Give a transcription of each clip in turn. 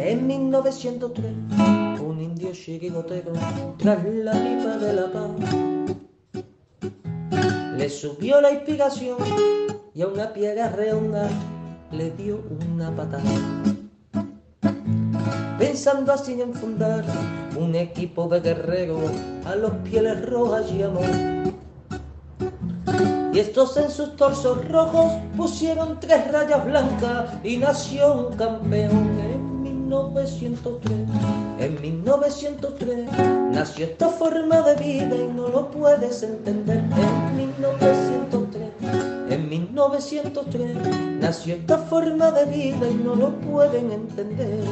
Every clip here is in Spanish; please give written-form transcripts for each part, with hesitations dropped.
En 1903, un indio chirigotero, tras la pipa de la paz, le subió la inspiración y a una piedra redonda le dio una patada. Pensando así en fundar un equipo de guerreros a los pieles rojas llamó. Y estos en sus torsos rojos pusieron 3 rayas blancas y nació un campeón. En 1903 nació esta forma de vida y no lo puedes entender. En 1903 nació esta forma de vida y no lo pueden entender.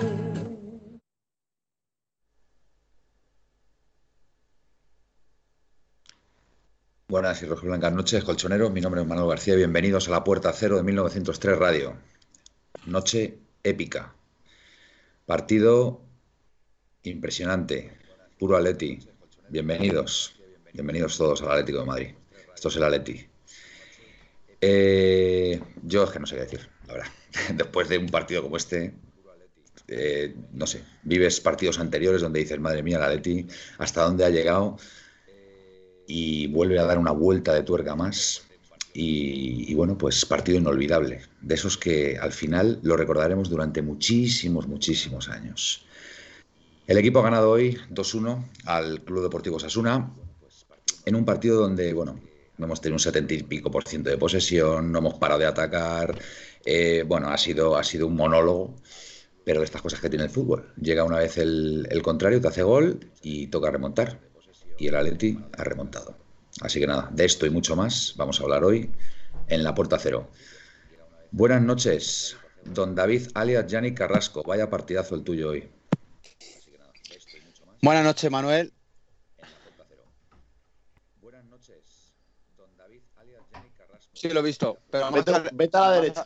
Buenas y rojiblancas noches, colchoneros. Mi nombre es Manuel García y bienvenidos a La Puerta Cero de 1903 Radio. Noche épica. Partido impresionante. Puro Atleti. Bienvenidos. Bienvenidos todos al Atlético de Madrid. Esto es el Atleti. Yo es que no sé qué decir, la verdad. Después de un partido como este, no sé, vives partidos anteriores donde dices, madre mía, el Atleti, ¿hasta dónde ha llegado? Y vuelve a dar una vuelta de tuerca más y bueno, pues partido inolvidable, de esos que al final lo recordaremos durante muchísimos años. El equipo ha ganado hoy 2-1 al Club Deportivo Osasuna en un partido donde, bueno, no hemos tenido un 70 y pico % de posesión, no hemos parado de atacar, bueno, ha sido un monólogo, pero de estas cosas que tiene el fútbol. Llega una vez el contrario, te hace gol y toca remontar. Y el Atleti ha remontado. Así que nada, de esto y mucho más vamos a hablar hoy en La Puerta Cero. Buenas noches, don David alias Yannick Carrasco. Vaya partidazo el tuyo hoy. Buenas noches, Manuel. Buenas noches, don David alias Yannick Carrasco. Sí, lo he visto. Pero vete a la derecha.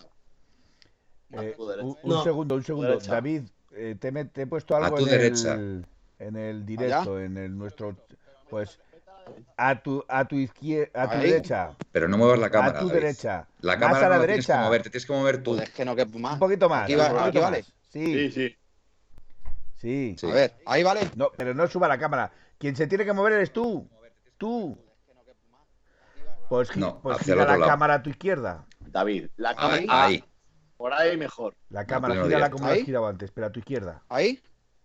Un segundo. Derecha. David, te he puesto algo A tu derecha. en el directo, ¿Allá? en el nuestro, pues a tu izquierda, a tu Ahí. derecha, Pero no muevas la cámara, a tu David. derecha, La más cámara a la no la tienes que derecha, mover, te tienes que mover tú. Pues es que no quepo más. un poquito más, Aquí, un poquito aquí más. vale. Sí. Sí. A ver, ahí vale. No, pero no suba la cámara. Quien se tiene que mover eres tú. Pues, No, pues hacia el gira otro la lado. cámara a tu izquierda. David, la cámara. Ahí. Por ahí mejor. La cámara, pleno gírala directo. como la has ¿Ahí? girado antes, pero a tu izquierda. Ahí.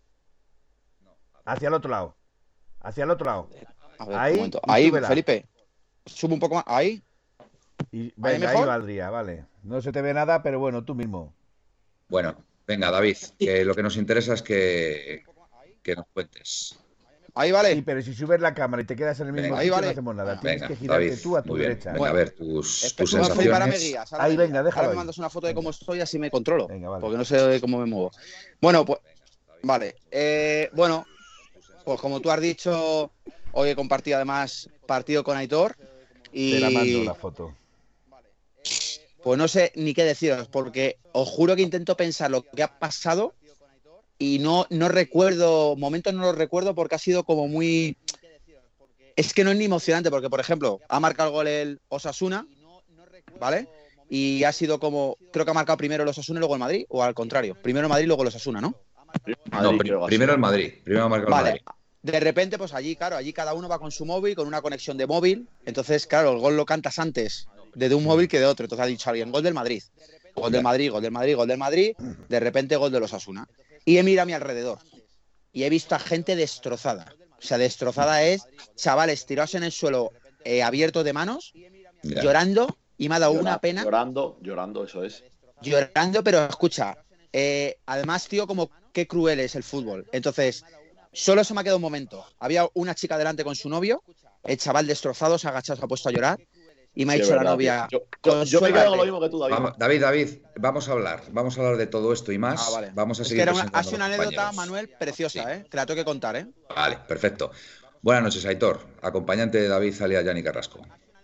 Hacia el otro lado. Hacia el otro lado. A ver, Ahí, un momento. y Ahí, súbela. Felipe. Sube un poco más. Ahí. Y venga, ahí mejor? valdría, vale. No se te ve nada, pero bueno, tú mismo. Bueno, venga, David, que lo que nos interesa es que nos cuentes. Ahí Sí, vale. pero si subes la cámara y te quedas en el mismo Venga. sitio, Ahí vale. no hacemos nada. Tienes Venga, que girarte David, tú a tu muy bien. derecha. Venga, Bueno, a ver tus Felipe, ahora me sensaciones. guías. Ahí, venga, déjalo Ahora me ahí. mandas una foto de Venga. cómo estoy, así me controlo. Venga, vale. Porque no sé cómo me muevo. Bueno, pues. Vale. Bueno, pues como tú has dicho, hoy he compartido además partido con Aitor. Te la mando Y la foto. pues no sé ni qué deciros, porque os juro que intento pensar lo que ha pasado y no recuerdo, momentos no los recuerdo porque ha sido como muy... Es que no es ni emocionante, porque por ejemplo, ha marcado el gol el Osasuna, ¿vale? Y ha sido como, creo que ha marcado primero el Osasuna y luego el Madrid, o al contrario, primero el Madrid y luego el Osasuna, ¿no? No, primero el Madrid. Primero ha marcado el Vale. Madrid. De repente, pues allí, claro, allí cada uno va con su móvil, con una conexión de móvil. Entonces, claro, el gol lo cantas antes de un móvil que de otro. Entonces ha dicho alguien, gol del Madrid. Gol del Madrid, gol del Madrid, gol del Madrid. De repente, gol de los Osasuna. Y he mirado a mi alrededor. Y he visto a gente destrozada. O sea, destrozada es chavales tirados en el suelo, abiertos de manos, Ya. llorando. Y me ha dado una pena. Llorando, eso es. Llorando, pero escucha, además, tío, como qué cruel es el fútbol. Entonces, solo se me ha quedado un momento. Había una chica delante con su novio, el chaval destrozado, se ha agachado, se ha puesto a llorar y me ha Sí, dicho es la verdad, novia... tío. Yo me quedo con lo mismo que tú, David. David, vamos a hablar de todo esto y más. Vale. Vamos a Es que seguir ha presentando sido una a los anécdota, compañeros. Manuel, preciosa, Sí. que la tengo que contar, ¿eh? Vale, perfecto. Buenas noches, Aitor, acompañante de David alias Yannick Carrasco.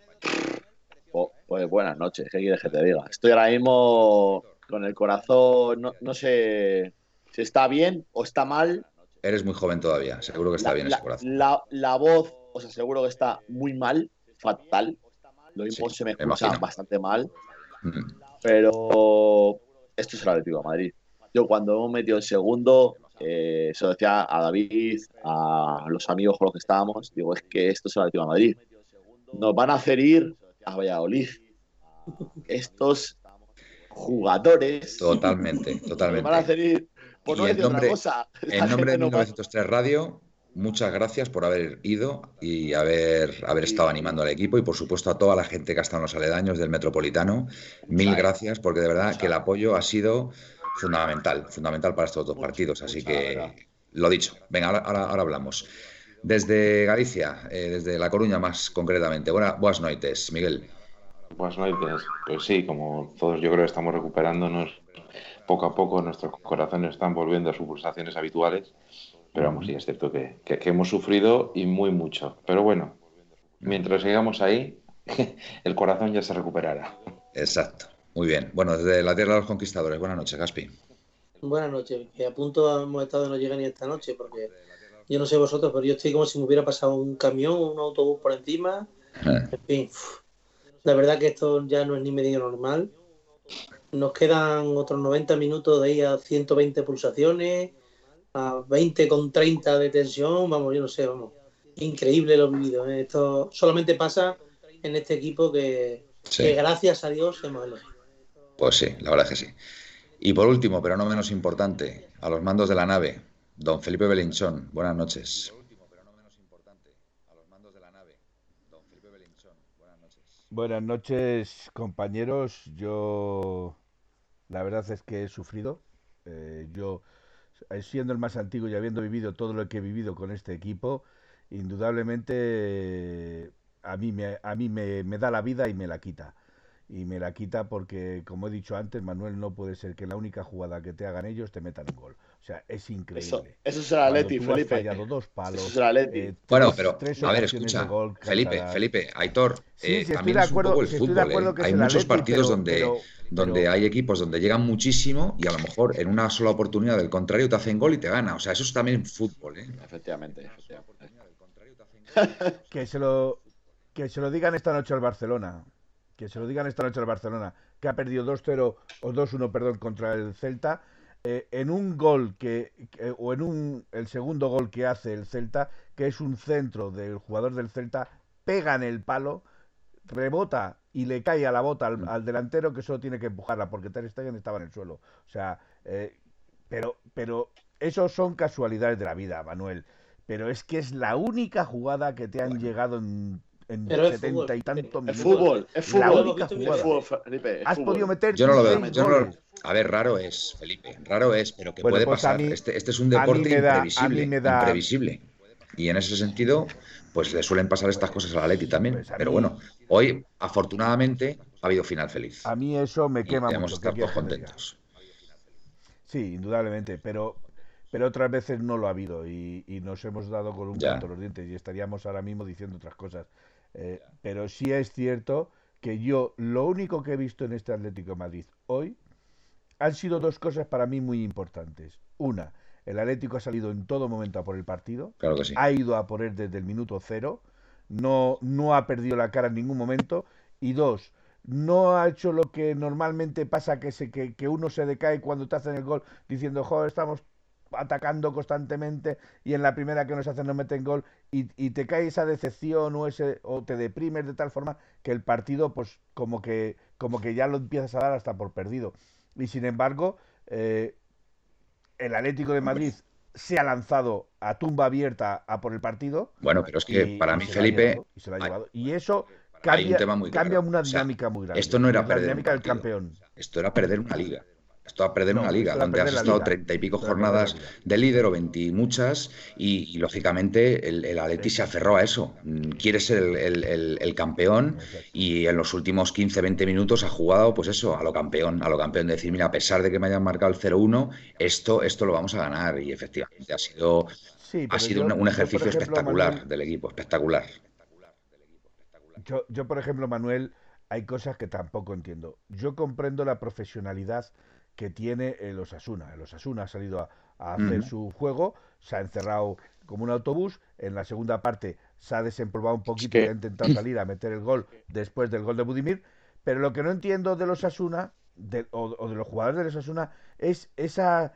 Pues buenas noches, ¿qué quieres que te diga? Estoy ahora mismo con el corazón, no sé si está bien o está mal. Eres muy joven todavía, seguro que está bien ese corazón. La voz, os aseguro que está muy mal, fatal. Lo mismo Sí, se me me escucha imagino. bastante mal, Mm. pero esto es el Atlético de Madrid. Yo cuando hemos metido el segundo, se lo decía a David, a los amigos con los que estábamos, digo, es que esto es el Atlético de Madrid. Nos van a hacer ir a Valladolid. Estos jugadores Totalmente, nos van a totalmente. hacer ir, por no Y decir otra cosa. en Esta nombre de gente nos va... 1903 Radio, muchas gracias por haber ido y haber estado animando al equipo y por supuesto a toda la gente que ha estado en los aledaños del Metropolitano. Mil gracias porque de verdad que el apoyo ha sido fundamental para estos dos partidos. Así que lo dicho, venga, ahora hablamos. Desde Galicia, desde La Coruña más concretamente. Buenas noites, Miguel. Buenas noches. Pues sí, como todos yo creo que estamos recuperándonos poco a poco, nuestros corazones están volviendo a sus pulsaciones habituales, pero vamos, sí, es cierto que hemos sufrido y muy mucho. Pero bueno, mientras sigamos ahí, el corazón ya se recuperará. Exacto, muy bien. Bueno, desde la tierra de los conquistadores. Buenas noches, Gaspi. Buenas noches, que a punto hemos estado de no llegar ni esta noche, porque yo no sé vosotros, pero yo estoy como si me hubiera pasado un camión, un autobús por encima. En fin, la verdad que esto ya no es ni medio normal. Nos quedan otros 90 minutos de ir a 120 pulsaciones, a 20,30 de tensión, vamos, yo no sé, vamos. Increíble lo vivido, ¿eh? Esto solamente pasa en este equipo que gracias a Dios hemos elegido. Pues sí, la verdad es que sí. Y por último, pero no menos importante, a los mandos de la nave, don Felipe Belinchón. Buenas noches. Buenas noches, compañeros. Yo, la verdad es que he sufrido. Yo, siendo el más antiguo y habiendo vivido todo lo que he vivido con este equipo, indudablemente a mí me da la vida y me la quita. Y me la quita porque, como he dicho antes, Manuel, no puede ser que la única jugada que te hagan ellos te metan un gol. O sea, es increíble. Eso será Leti, Felipe. Felipe. Fallado 2 palos. Eso será Leti. Bueno, pero, a ver, escucha, Felipe, Aitor, también es un poco el fútbol, ¿eh? Hay muchos partidos donde hay equipos donde llegan muchísimo y a lo mejor en una sola oportunidad del contrario te hacen gol y te gana. O sea, eso es también fútbol, ¿eh? Efectivamente. Que se lo digan esta noche al Barcelona. Que se lo digan esta noche al Barcelona, que ha perdido 2-0 o 2-1, perdón, contra el Celta, en un gol el segundo gol que hace el Celta, que es un centro del jugador del Celta, pega en el palo, rebota y le cae a la bota al delantero, que solo tiene que empujarla porque Ter Stegen estaba en el suelo. O sea, pero esos son casualidades de la vida, Manuel. Pero es que es la única jugada que te han llegado en 70 y tantos minutos. Es fútbol. La única jugada. Es fútbol, Felipe. Has podido meter. Yo no lo veo. A ver, raro es, Felipe. Raro es, pero que puede pues pasar. Este es un deporte imprevisible. Y en ese sentido, pues le suelen pasar estas cosas al Atleti también. Pues pero bueno, hoy, afortunadamente, ha habido final feliz. A mí eso me quema mucho. Debemos estar todos contentos. Sí, indudablemente, pero otras veces no lo ha habido y nos hemos dado con un canto los dientes y estaríamos ahora mismo diciendo otras cosas. Pero sí es cierto que yo lo único que he visto en este Atlético de Madrid hoy han sido dos cosas para mí muy importantes. Una, el Atlético ha salido en todo momento a por el partido, claro que sí. Ha ido a por él desde el minuto 0, no ha perdido la cara en ningún momento. Y dos, no ha hecho lo que normalmente pasa, que uno se decae cuando te hacen el gol diciendo, joder, estamos atacando constantemente y en la primera que nos hacen nos meten gol y te cae esa decepción o te deprimes de tal forma que el partido pues como que ya lo empiezas a dar hasta por perdido. Y sin embargo el Atlético de Madrid se ha lanzado a tumba abierta a por el partido. Bueno, pero es que para mí, Felipe, se lo ha llevado. Y eso cambia una dinámica muy grande. Esto no era perder la dinámica un del campeón. Esto era perder una liga. Esto a perder una liga, donde has estado 30 y pico jornadas de líder o 20 y muchas, y lógicamente el Atleti se aferró a eso. Quiere ser el campeón y en los últimos 15-20 minutos ha jugado, pues eso, a lo campeón, de decir, mira, a pesar de que me hayan marcado el 0-1, esto lo vamos a ganar. Y efectivamente ha sido un ejercicio espectacular, Manuel, del equipo, espectacular. Yo, por ejemplo, Manuel, hay cosas que tampoco entiendo. Yo comprendo la profesionalidad que tiene el Osasuna. El Osasuna ha salido a hacer su juego, se ha encerrado como un autobús, en la segunda parte se ha desempolvado un poquito y ha intentado salir a meter el gol después del gol de Budimir, pero lo que no entiendo del Osasuna o de los jugadores del Osasuna es esa,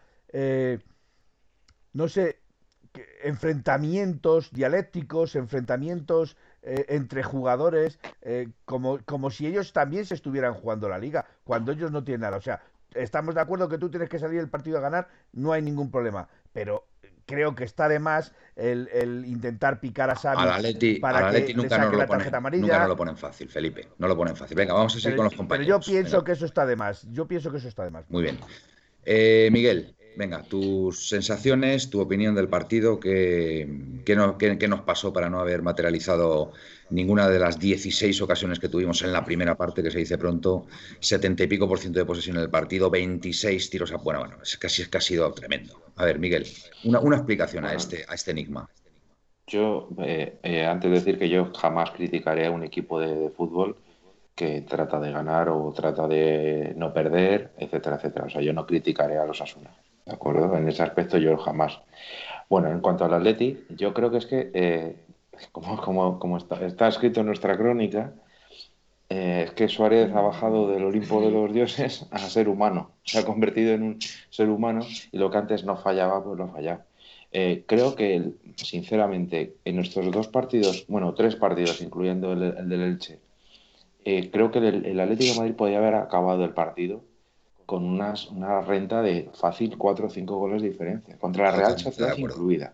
no sé, enfrentamientos dialécticos, enfrentamientos entre jugadores, como si ellos también se estuvieran jugando la liga, cuando ellos no tienen nada. O sea, estamos de acuerdo que tú tienes que salir el partido a ganar, no hay ningún problema, pero creo que está de más el intentar picar a Xavi para que le saque la tarjeta amarilla. Nunca nos lo ponen fácil, Felipe, no lo ponen fácil. Venga, vamos a seguir con los compañeros. Pero yo pienso venga. que eso está de más. Yo pienso que eso está de más. Muy bien. Miguel, venga, tus sensaciones, tu opinión del partido, ¿qué nos pasó para no haber materializado ninguna de las 16 ocasiones que tuvimos en la primera parte, que se dice pronto, 70 y pico % de posesión en el partido, 26 tiros a... Bueno, es que ha sido tremendo. A ver, Miguel, una explicación a este enigma. Yo, antes de decir que yo jamás criticaré a un equipo de fútbol que trata de ganar o trata de no perder, etcétera, etcétera. O sea, yo no criticaré a los Osasuna, ¿de acuerdo? En ese aspecto yo jamás. Bueno, en cuanto al Atleti, yo creo que es que, como está escrito en nuestra crónica, es que Suárez ha bajado del Olimpo de los dioses a ser humano. Se ha convertido en un ser humano y lo que antes no fallaba, pues lo ha fallado. Creo que, sinceramente, en nuestros 2 partidos, bueno, 3 partidos, incluyendo el del Elche, creo que el Atlético de Madrid podía haber acabado el partido con una renta de fácil 4 o 5 goles de diferencia, contra la Real Sociedad incluida.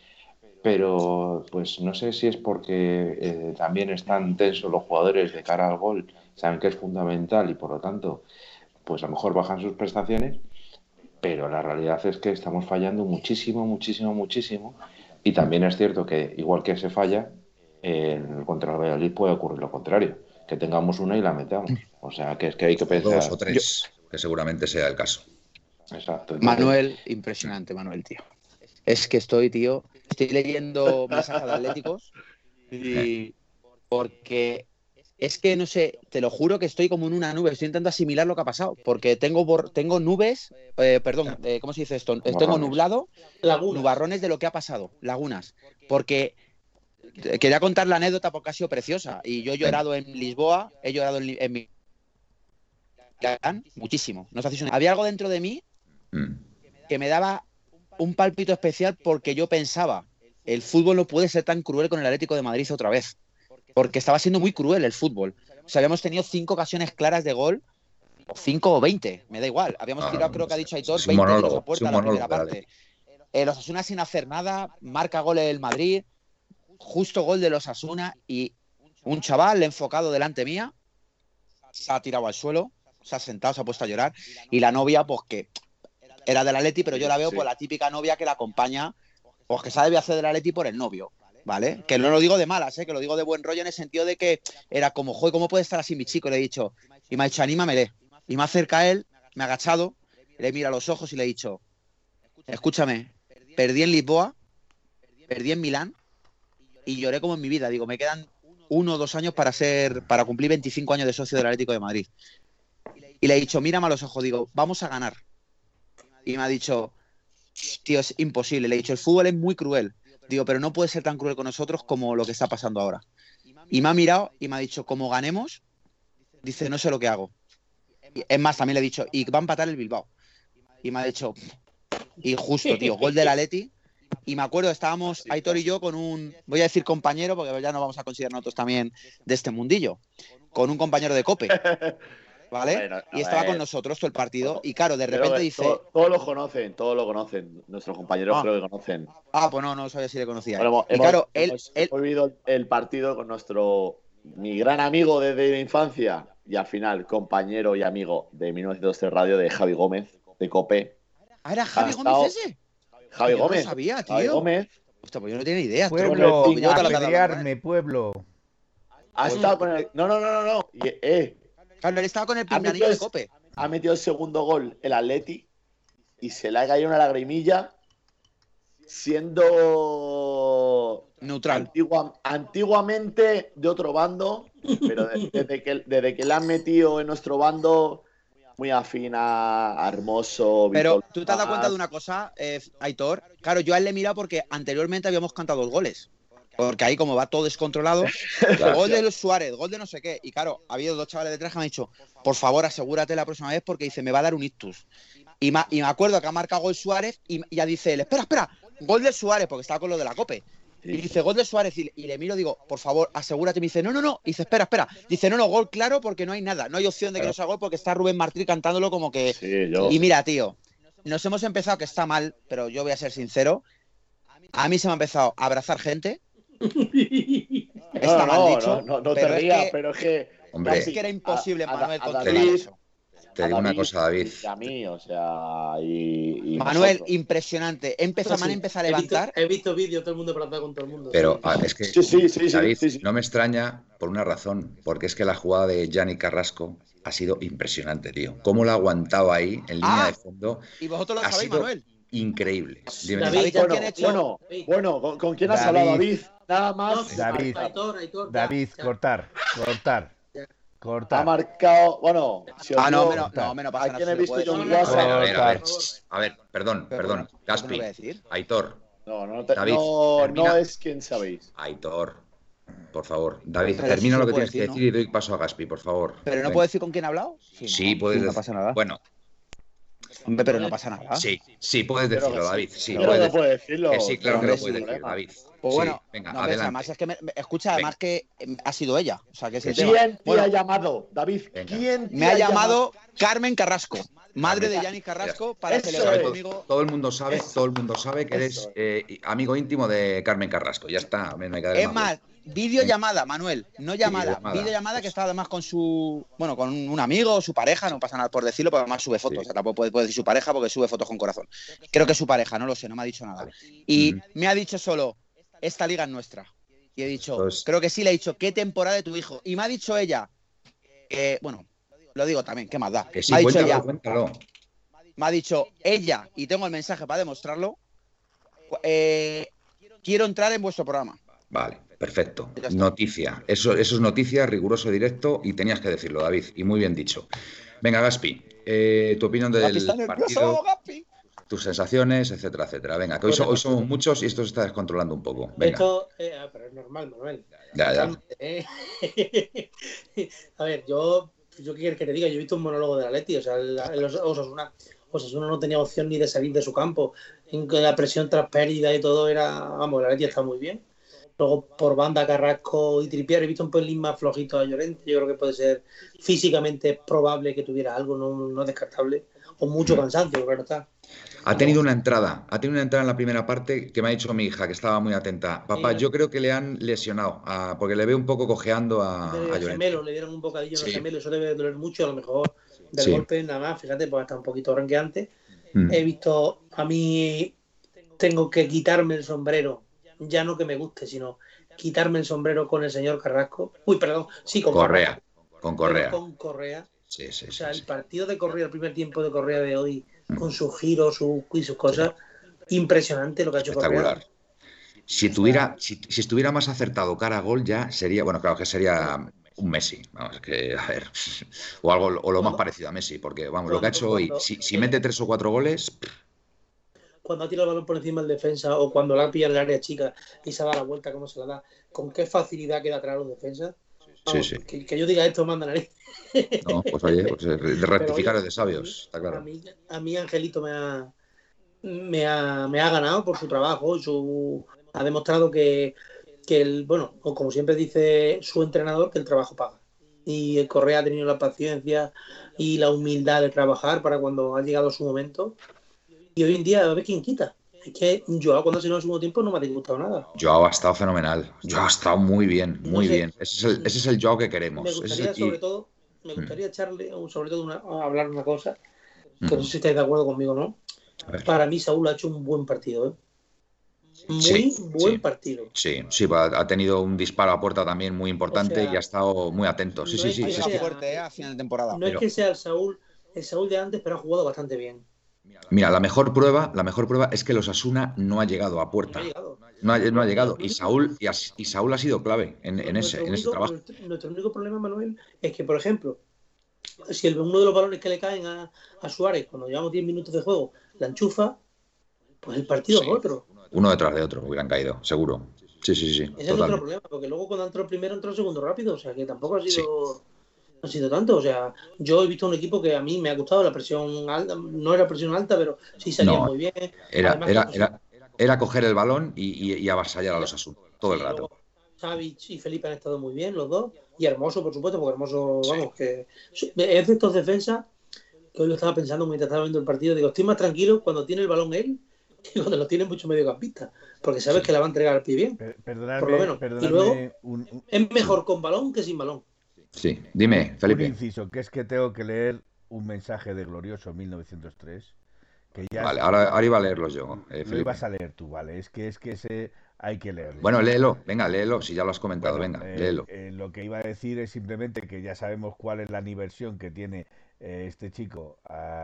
Pero pues no sé si es porque también están tensos los jugadores de cara al gol, saben que es fundamental y por lo tanto pues a lo mejor bajan sus prestaciones, pero la realidad es que estamos fallando muchísimo y también es cierto que igual que se falla, contra el Valladolid puede ocurrir lo contrario, que tengamos una y la metamos. O sea, que es que hay que pensar... 2 o 3, que seguramente sea el caso. Exacto. Manuel, impresionante, Manuel, tío. Es que estoy leyendo mensajes de Atléticos y porque es que no sé, te lo juro que estoy como en una nube, estoy intentando asimilar lo que ha pasado, porque tengo nubes, ¿cómo se dice esto? Tengo nublado, nubarrones de lo que ha pasado, lagunas, porque quería contar la anécdota porque ha sido preciosa y yo he llorado en Lisboa, he llorado en Milán, muchísimo. No sé si había algo dentro de mí que me daba un pálpito especial porque yo pensaba, el fútbol no puede ser tan cruel con el Atlético de Madrid otra vez, porque estaba siendo muy cruel el fútbol. O sea, habíamos tenido 5 ocasiones claras de gol, o 5 o 20, me da igual. Habíamos tirado, creo que ha dicho Aitor, 20 tiros a puerta en la primera parte. Los Osasuna sin hacer nada, marca gol el Madrid, justo gol de los Osasuna y un chaval enfocado delante mía se ha tirado al suelo, se ha sentado, se ha puesto a llorar y la novia, pues que era del Atleti, pero yo la veo por la típica novia que la acompaña, pues que sabe hacer del Atleti por el novio, ¿vale? Que no lo digo de malas, que lo digo de buen rollo en el sentido de que era como, joder, ¿cómo puede estar así mi chico? Le he dicho, y me ha dicho, anímamele. Y me acerca a él, me ha agachado, le mira a los ojos y le he dicho, escúchame, perdí en Lisboa, perdí en Milán y lloré como en mi vida. Digo, me quedan 1 o 2 años para cumplir 25 años de socio del Atlético de Madrid. Y le he dicho, mírame a los ojos, digo, vamos a ganar. Y me ha dicho, tío, es imposible. Le he dicho, el fútbol es muy cruel. Digo, pero no puede ser tan cruel con nosotros como lo que está pasando ahora. Y me ha mirado y me ha dicho, como ganemos, dice, no sé lo que hago. Y, es más, también le he dicho, y va a empatar el Bilbao. Y me ha dicho, y justo, tío, gol del Atleti. Y me acuerdo, estábamos Aitor y yo con un, voy a decir compañero, porque ya nos vamos a considerar nosotros también de este mundillo, con un compañero de COPE. ¿Vale? Bueno, y estaba con nosotros todo el partido y claro, de repente dice... Todos lo conocen. Nuestros compañeros creo que conocen. Pues no sabía si le conocía. Bueno, y claro, hemos vivido el partido con mi gran amigo desde la infancia y al final compañero y amigo de 1903 Radio, de Javi Gómez, de COPE. ¿Era Javi Gómez ese? Javi Gómez. No lo sabía, tío. Javi Gómez. Hostia, pues yo no tenía ni idea. Pueblo, apedrearme, pueblo. Ha estado con el... No. Claro, él estaba con el pinganillo de COPE. Ha metido el segundo gol el Atleti y se le ha caído una lagrimilla siendo neutral. Antiguamente de otro bando, pero desde que le han metido en nuestro bando, muy afín a Hermoso. Pero tú te has dado cuenta de una cosa, Aitor. Claro, yo a él le he mirado porque anteriormente habíamos cantado 2 goles. porque ahí como va todo descontrolado, Claro. gol de Suárez, gol de no sé qué. Y claro, ha habido 2 chavales detrás que me han dicho, por favor, asegúrate la próxima vez porque dice, me va a dar un ictus. Y me acuerdo que ha marcado gol Suárez y ya dice él, espera, gol de Suárez, porque estaba con lo de la COPE. Y dice, gol de Suárez, y le miro, digo, por favor, asegúrate. Me dice, no. Y dice, espera. Dice, no, gol claro porque no hay nada. No hay opción de que no sea gol porque está Rubén Martí cantándolo como que... Sí, yo. Y mira, tío, nos hemos empezado, que está mal, pero yo voy a ser sincero. A mí se me ha empezado a abrazar gente. Está mal dicho. No te pero es rías, que- pero es que. Hombre. Es que era imposible, Manuel, a controlar David, eso. Te digo una cosa, David. Y a mí, o sea, y Manuel, nosotros. impresionante. Me han empezado a He visto- levantar. He visto vídeos, todo el mundo abrazado con todo el mundo. Pero sí. es que, Sí, David, sí. no me extraña por una razón, porque es que la jugada de Gianni Carrasco ha sido impresionante, tío. Cómo la ha aguantado ahí en línea de fondo, Y vosotros lo ha sabéis, sido Manuel. increíble. Dime, David, dime. ¿con quién he hecho? Bueno, ¿con quién has David. hablado, David? Nada No, más. David. Aitor, David, ya. cortar. Ha Cortar. marcado. Bueno, si os Ah, no, digo, no pasa ¿a nada. quién se he lo visto puede yo en decir. WhatsApp? A ver, perdón, Pero, ¿por qué no Gaspi, voy a decir? Aitor, David, David, termina. no es quien sabéis. Aitor, por favor. David, Pero termina sí lo se que puede tienes que decir, decir y doy paso a Gaspi, por favor. ¿Pero no Venga. puedo decir con quién he hablado? Sí, no, puedes no decir. pasa nada. Bueno, Hombre, pero no pasa nada. sí, puedes Pero decirlo, que sí. David. Sí, Pero puedes no puede decirlo. Que sí, claro que Hombre, lo puedes sin decir, problema. David. Pues bueno, Sí, venga, no, hombre, adelante. además es que escucha, además que ha sido ella. O sea, que es el Sí. tema. ¿Quién te Bueno, ha llamado, David? Venga. ¿Quién te me ha llamado Carmen Carrasco, madre de Gianni Carrasco, para Eso celebrar es. conmigo. Todo el mundo sabe que eres Eso amigo íntimo de Carmen Carrasco. Ya está, me queda Es más, videollamada, Manuel, no llamada. Videollamada. Videollamada que estaba además con con un amigo, su pareja, no pasa nada por decirlo, pero además sube fotos. Sí. O sea, tampoco puede decir su pareja porque sube fotos con corazón. Creo que es su pareja, no lo sé, no me ha dicho nada. Y me ha dicho solo, esta liga es nuestra. Y he dicho, Pues- creo que sí, le he dicho, ¿qué temporada de tu hijo? Y me ha dicho ella, bueno, lo digo también, ¿qué más da? Que sí, Me ha dicho cuéntalo, ella, cuéntalo. me ha dicho ella, y tengo el mensaje para demostrarlo, quiero entrar en vuestro programa. Vale, perfecto. Ya está. Noticia. Eso es noticia, riguroso, directo, y tenías que decirlo, David. Y muy bien dicho. Venga, Gaspi, tu opinión Gaspi del está nervioso, partido, Gaspi. tus sensaciones, etcétera, etcétera. Venga, que hoy somos muchos y esto se está descontrolando un poco. Venga, Esto, pero es normal, Manuel. ya. A ver, yo qué quieres que te diga, yo he visto un monólogo de la Leti, o sea, Osasuna no tenía opción ni de salir de su campo, en que la presión tras pérdida y todo era, vamos, la Leti está muy bien. Luego por banda Carrasco y Trippier he visto un pelín más flojito a Llorente, yo creo que puede ser físicamente probable que tuviera algo, no descartable, o mucho cansancio, claro está. Ha tenido una entrada en la primera parte que me ha dicho mi hija, que estaba muy atenta. Papá, Sí. yo creo que le han lesionado, porque le veo un poco cojeando a De Llorente. gemelo, le dieron un bocadillo en Sí. el gemelo, eso debe doler mucho, a lo mejor del Sí. golpe nada más, fíjate, pues está un poquito ranqueante. Mm. He visto, a mí tengo que quitarme el sombrero, ya no que me guste, sino quitarme el sombrero con el señor Carrasco. Uy, perdón, sí, con Correa, con Carrasco, Correa. pero con Correa. Sí, sí, O sí, sea, sí. el partido de Correa, el primer tiempo de Correa de hoy, con sus giros y sus cosas, impresionante lo que ha hecho Correa. Espectacular. Si estuviera más acertado cara a gol ya sería, bueno, claro que sería un Messi, vamos, que a ver, o algo o lo más parecido a Messi, porque vamos, lo que ha hecho hoy, si mete 3 o 4 goles, Cuando ha tirado el balón por encima del defensa o cuando la pilla en el área chica y se da la vuelta, cómo se la da, con qué facilidad queda atrás los defensas. Vamos, sí. Que yo diga esto manda nariz. no, pues oye, pues de rectificar es de sabios, está A claro. mí Angelito me ha ganado por su trabajo, ha demostrado que bueno, o como siempre dice su entrenador, que el trabajo paga. Y el Correa ha tenido la paciencia y la humildad de trabajar para cuando ha llegado su momento. Y hoy en día, a ver quién quita. Es que Joao, cuando ha sido en el segundo tiempo, no me ha disgustado nada. Joao ha estado fenomenal, Joao ha estado muy bien, muy No sé. bien. Ese es el Joao que queremos. Me Ese es gustaría, el- sobre todo, echarle, sobre todo, hablar una cosa, que Mm. no sé si estáis de acuerdo conmigo o no. A ver. Para mí, Saúl ha hecho un buen partido, ¿eh? Muy Sí, buen sí. partido. Sí, ha tenido un disparo a puerta también muy importante O sea, y ha estado muy atento. Sí, no sí, es sí. que sí, Ha sí. llegado fuerte, a final de temporada. No es que sea el Saúl de antes, pero ha jugado bastante bien. Mira, la mejor prueba es que los Osasuna no ha llegado a No puerta. ha llegado. No ha llegado. Y Saúl ha sido clave en ese trabajo. Nuestro único problema, Manuel, es que, por ejemplo, si uno de los balones que le caen a Suárez cuando llevamos 10 minutos de juego la enchufa, pues el partido Sí. es otro. Uno detrás de otro hubieran caído, seguro. Sí, Ese es nuestro totalmente. problema, porque luego cuando entró el primero, entró el segundo rápido, o sea que tampoco ha sido tanto. O sea, yo he visto un equipo que a mí me ha gustado, la presión alta, no era presión alta, pero sí salían No, muy bien. era, Además que era, era, era coger el balón y avasallar a los Asuna todo el sí, rato. luego Savic y Felipe han estado muy bien, los dos. Y Hermoso, por supuesto, porque Hermoso, vamos, que es de estos defensas que hoy lo estaba pensando mientras estaba viendo el partido. Digo, estoy más tranquilo cuando tiene el balón él que cuando lo tiene mucho mediocampista, porque sabes que la va a entregar al pie bien, por lo menos. Y luego Perdonadme es mejor con balón que sin balón. Sí, dime, un Felipe. inciso, que es que tengo que leer un mensaje de Glorioso 1903, que ya Vale, ahora iba a leerlos yo, lo Felipe. ibas a leer tú, ¿vale? Es que ese hay que leerlo. Bueno, léelo, venga, léelo, si ya lo has comentado, Bueno, venga, léelo. lo que iba a decir es simplemente que ya sabemos cuál es la diversión que tiene este chico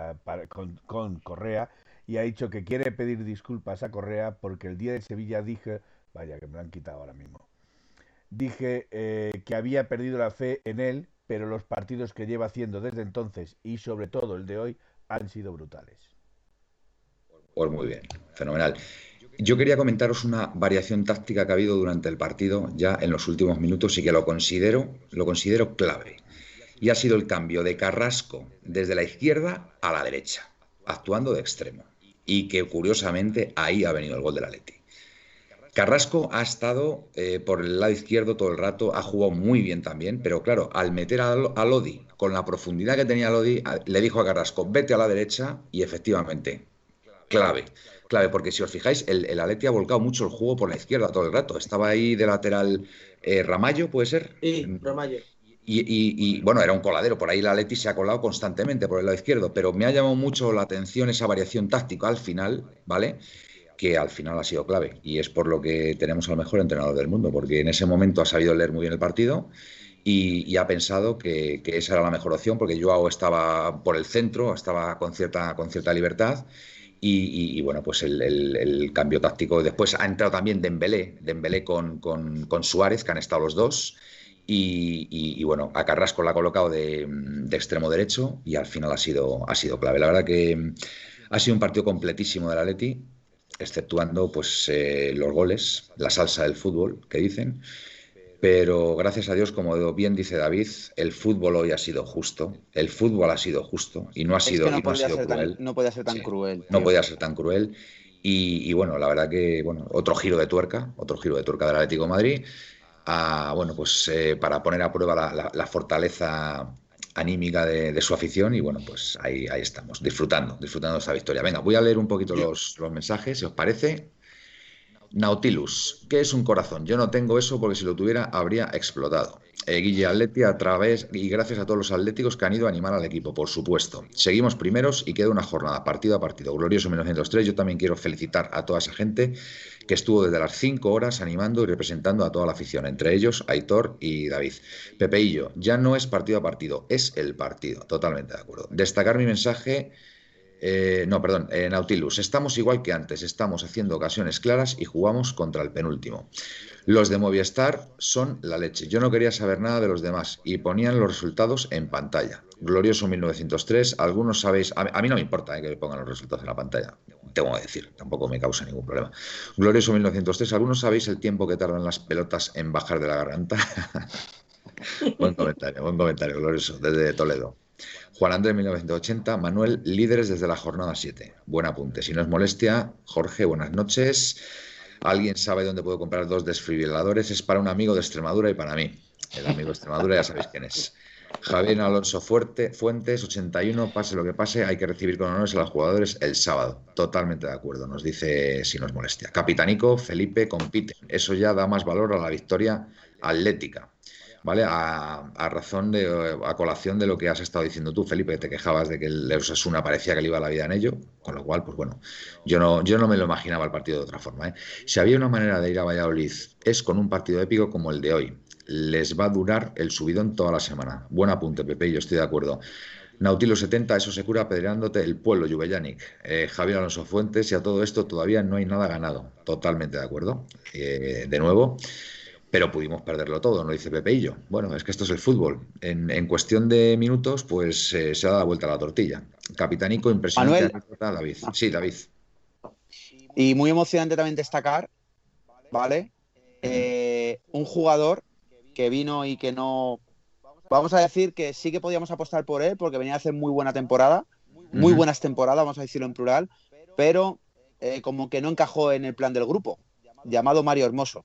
con Correa, y ha dicho que quiere pedir disculpas a Correa porque el día de Sevilla dije, vaya que me lo han quitado ahora mismo, dije que había perdido la fe en él, pero los partidos que lleva haciendo desde entonces y sobre todo el de hoy han sido brutales. Pues muy bien, fenomenal. Yo quería comentaros una variación táctica que ha habido durante el partido ya en los últimos minutos y que lo considero clave. Y ha sido el cambio de Carrasco desde la izquierda a la derecha, actuando de extremo. Y que curiosamente ahí ha venido el gol del Atleti. Carrasco ha estado por el lado izquierdo todo el rato, ha jugado muy bien también, pero claro, al meter a Lodi con la profundidad que tenía Lodi, le dijo a Carrasco, vete a la derecha y efectivamente, clave, porque si os fijáis, el Atleti ha volcado mucho el juego por la izquierda todo el rato. Estaba ahí de lateral Ramallo, ¿puede ser? Sí, Ramallo. Y, bueno, era un coladero, por ahí el Atleti se ha colado constantemente por el lado izquierdo, pero me ha llamado mucho la atención esa variación táctica al final, ¿vale? Que al final ha sido clave y es por lo que tenemos al mejor entrenador del mundo, porque en ese momento ha sabido leer muy bien el partido y ha pensado que esa era la mejor opción, porque Joao estaba por el centro, estaba con cierta libertad y bueno, pues el cambio táctico. Después ha entrado también Dembélé con Suárez, que han estado los dos. Y bueno, a Carrasco la ha colocado de extremo derecho y al final ha sido clave. La verdad que ha sido un partido completísimo del Atleti, exceptuando pues los goles, la salsa del fútbol que dicen, pero gracias a Dios, como bien dice David, el fútbol hoy ha sido justo, y no ha sido, que no y no ha sido cruel. no podía ser tan Sí, cruel. no Tío. podía ser tan cruel. Y bueno, la verdad que bueno, otro giro de tuerca del Atlético de Madrid, bueno, pues para poner a prueba la fortaleza anímica de su afición y bueno, pues ahí estamos, disfrutando de esta victoria. Venga, voy a leer un poquito los mensajes, si os parece. Nautilus, ¿qué es un corazón? Yo no tengo eso porque si lo tuviera habría explotado. Guille Atleti a través y gracias a todos los atléticos que han ido a animar al equipo, por supuesto. Seguimos primeros y queda una jornada, partido a partido. Glorioso 1903, yo también quiero felicitar a toda esa gente que estuvo desde las 5 horas animando y representando a toda la afición, entre ellos Aitor y David. Pepeillo, ya no es partido a partido, es el partido, totalmente de acuerdo. Destacar mi mensaje... Nautilus. Estamos igual que antes, estamos haciendo ocasiones claras y jugamos contra el penúltimo. Los de Movistar son la leche. Yo no quería saber nada de los demás y ponían los resultados en pantalla. Glorioso 1903. Algunos sabéis, a mí no me importa que pongan los resultados en la pantalla, tengo que decir, tampoco me causa ningún problema. Glorioso 1903. ¿Algunos sabéis el tiempo que tardan las pelotas en bajar de la garganta? Buen comentario, Glorioso, desde Toledo. Juan Andrés 1980, Manuel, líderes desde la jornada 7. Buen apunte. Si no es molestia, Jorge, buenas noches. ¿Alguien sabe dónde puedo comprar 2 desfibriladores? Es para un amigo de Extremadura y para mí. El amigo de Extremadura ya sabéis quién es. Javier Alonso Fuentes, 81, pase lo que pase, hay que recibir con honores a los jugadores el sábado. Totalmente de acuerdo, nos dice si no es molestia. Capitanico, Felipe, compiten. Eso ya da más valor a la victoria atlética. ¿Vale? A colación de lo que has estado diciendo tú, Felipe, que te quejabas de que el Osasuna parecía que le iba la vida en ello, con lo cual, pues bueno, yo no me lo imaginaba el partido de otra forma, ¿eh? Si había una manera de ir a Valladolid es con un partido épico como el de hoy. Les va a durar el subidón toda la semana. Buen apunte, Pepe, yo estoy de acuerdo. Nautilo 70, eso se cura apedreándote el pueblo, Juvellanic. Javier Alonso Fuentes, y a todo esto todavía no hay nada ganado. Totalmente de acuerdo. De nuevo... Pero pudimos perderlo todo, ¿no? Dice Pepeillo. Bueno, es que esto es el fútbol. En cuestión de minutos, pues se ha dado la vuelta a la tortilla. Capitanico, impresionante. Manuel. David. Sí, David. Y muy emocionante también destacar, ¿vale? un jugador que vino y que no... Vamos a decir que sí que podíamos apostar por él porque venía a hacer muy buena temporada, muy buenas temporadas, vamos a decirlo en plural, pero como que no encajó en el plan del grupo, llamado Mario Hermoso.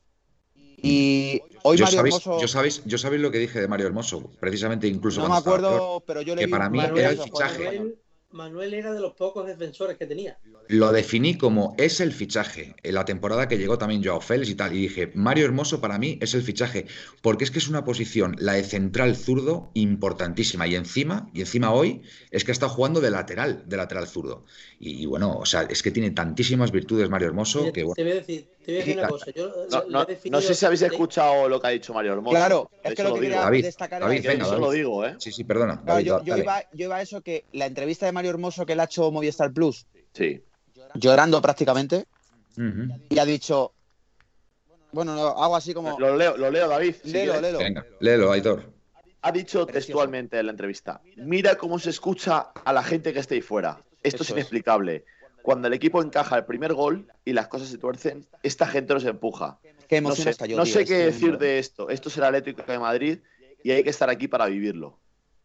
Y hoy Mario Hermoso... Yo sabéis lo que dije de Mario Hermoso, precisamente incluso no me acuerdo, pero yo le que vi para mí era el fichaje. Manuel era de los pocos defensores que tenía. Lo definí como es el fichaje. En la temporada que llegó también Joao Félix y tal. Y dije, Mario Hermoso para mí es el fichaje. Porque es que es una posición, la de central zurdo, importantísima. Y encima hoy, es que está jugando de lateral zurdo. Y bueno, o sea, es que tiene tantísimas virtudes Mario Hermoso. Mira, que bueno. Te voy a decir una cosa. No sé si habéis escuchado lo que ha dicho Mario Hermoso. Claro, es que lo que quería destacar David, era venga, eso David. lo digo, ¿eh? Sí, perdona. Claro, David, yo iba a eso, que la entrevista de Mario Hermoso que él ha hecho Movistar Plus, Sí. llorando prácticamente, Uh-huh. y ha dicho, bueno, algo así como... Lo leo, David. si Léelo, quieres. léelo. Venga, léelo, Aitor. Ha dicho textualmente en la entrevista: mira cómo se escucha a la gente que esté ahí fuera. Esto es Eso es. inexplicable. Cuando el equipo encaja el primer gol y las cosas se tuercen, esta gente nos empuja. Qué No emoción sé, hasta yo, no tío, sé es qué tremendo, decir ¿eh? de esto. Esto es el Atlético de Madrid y hay que estar aquí para vivirlo.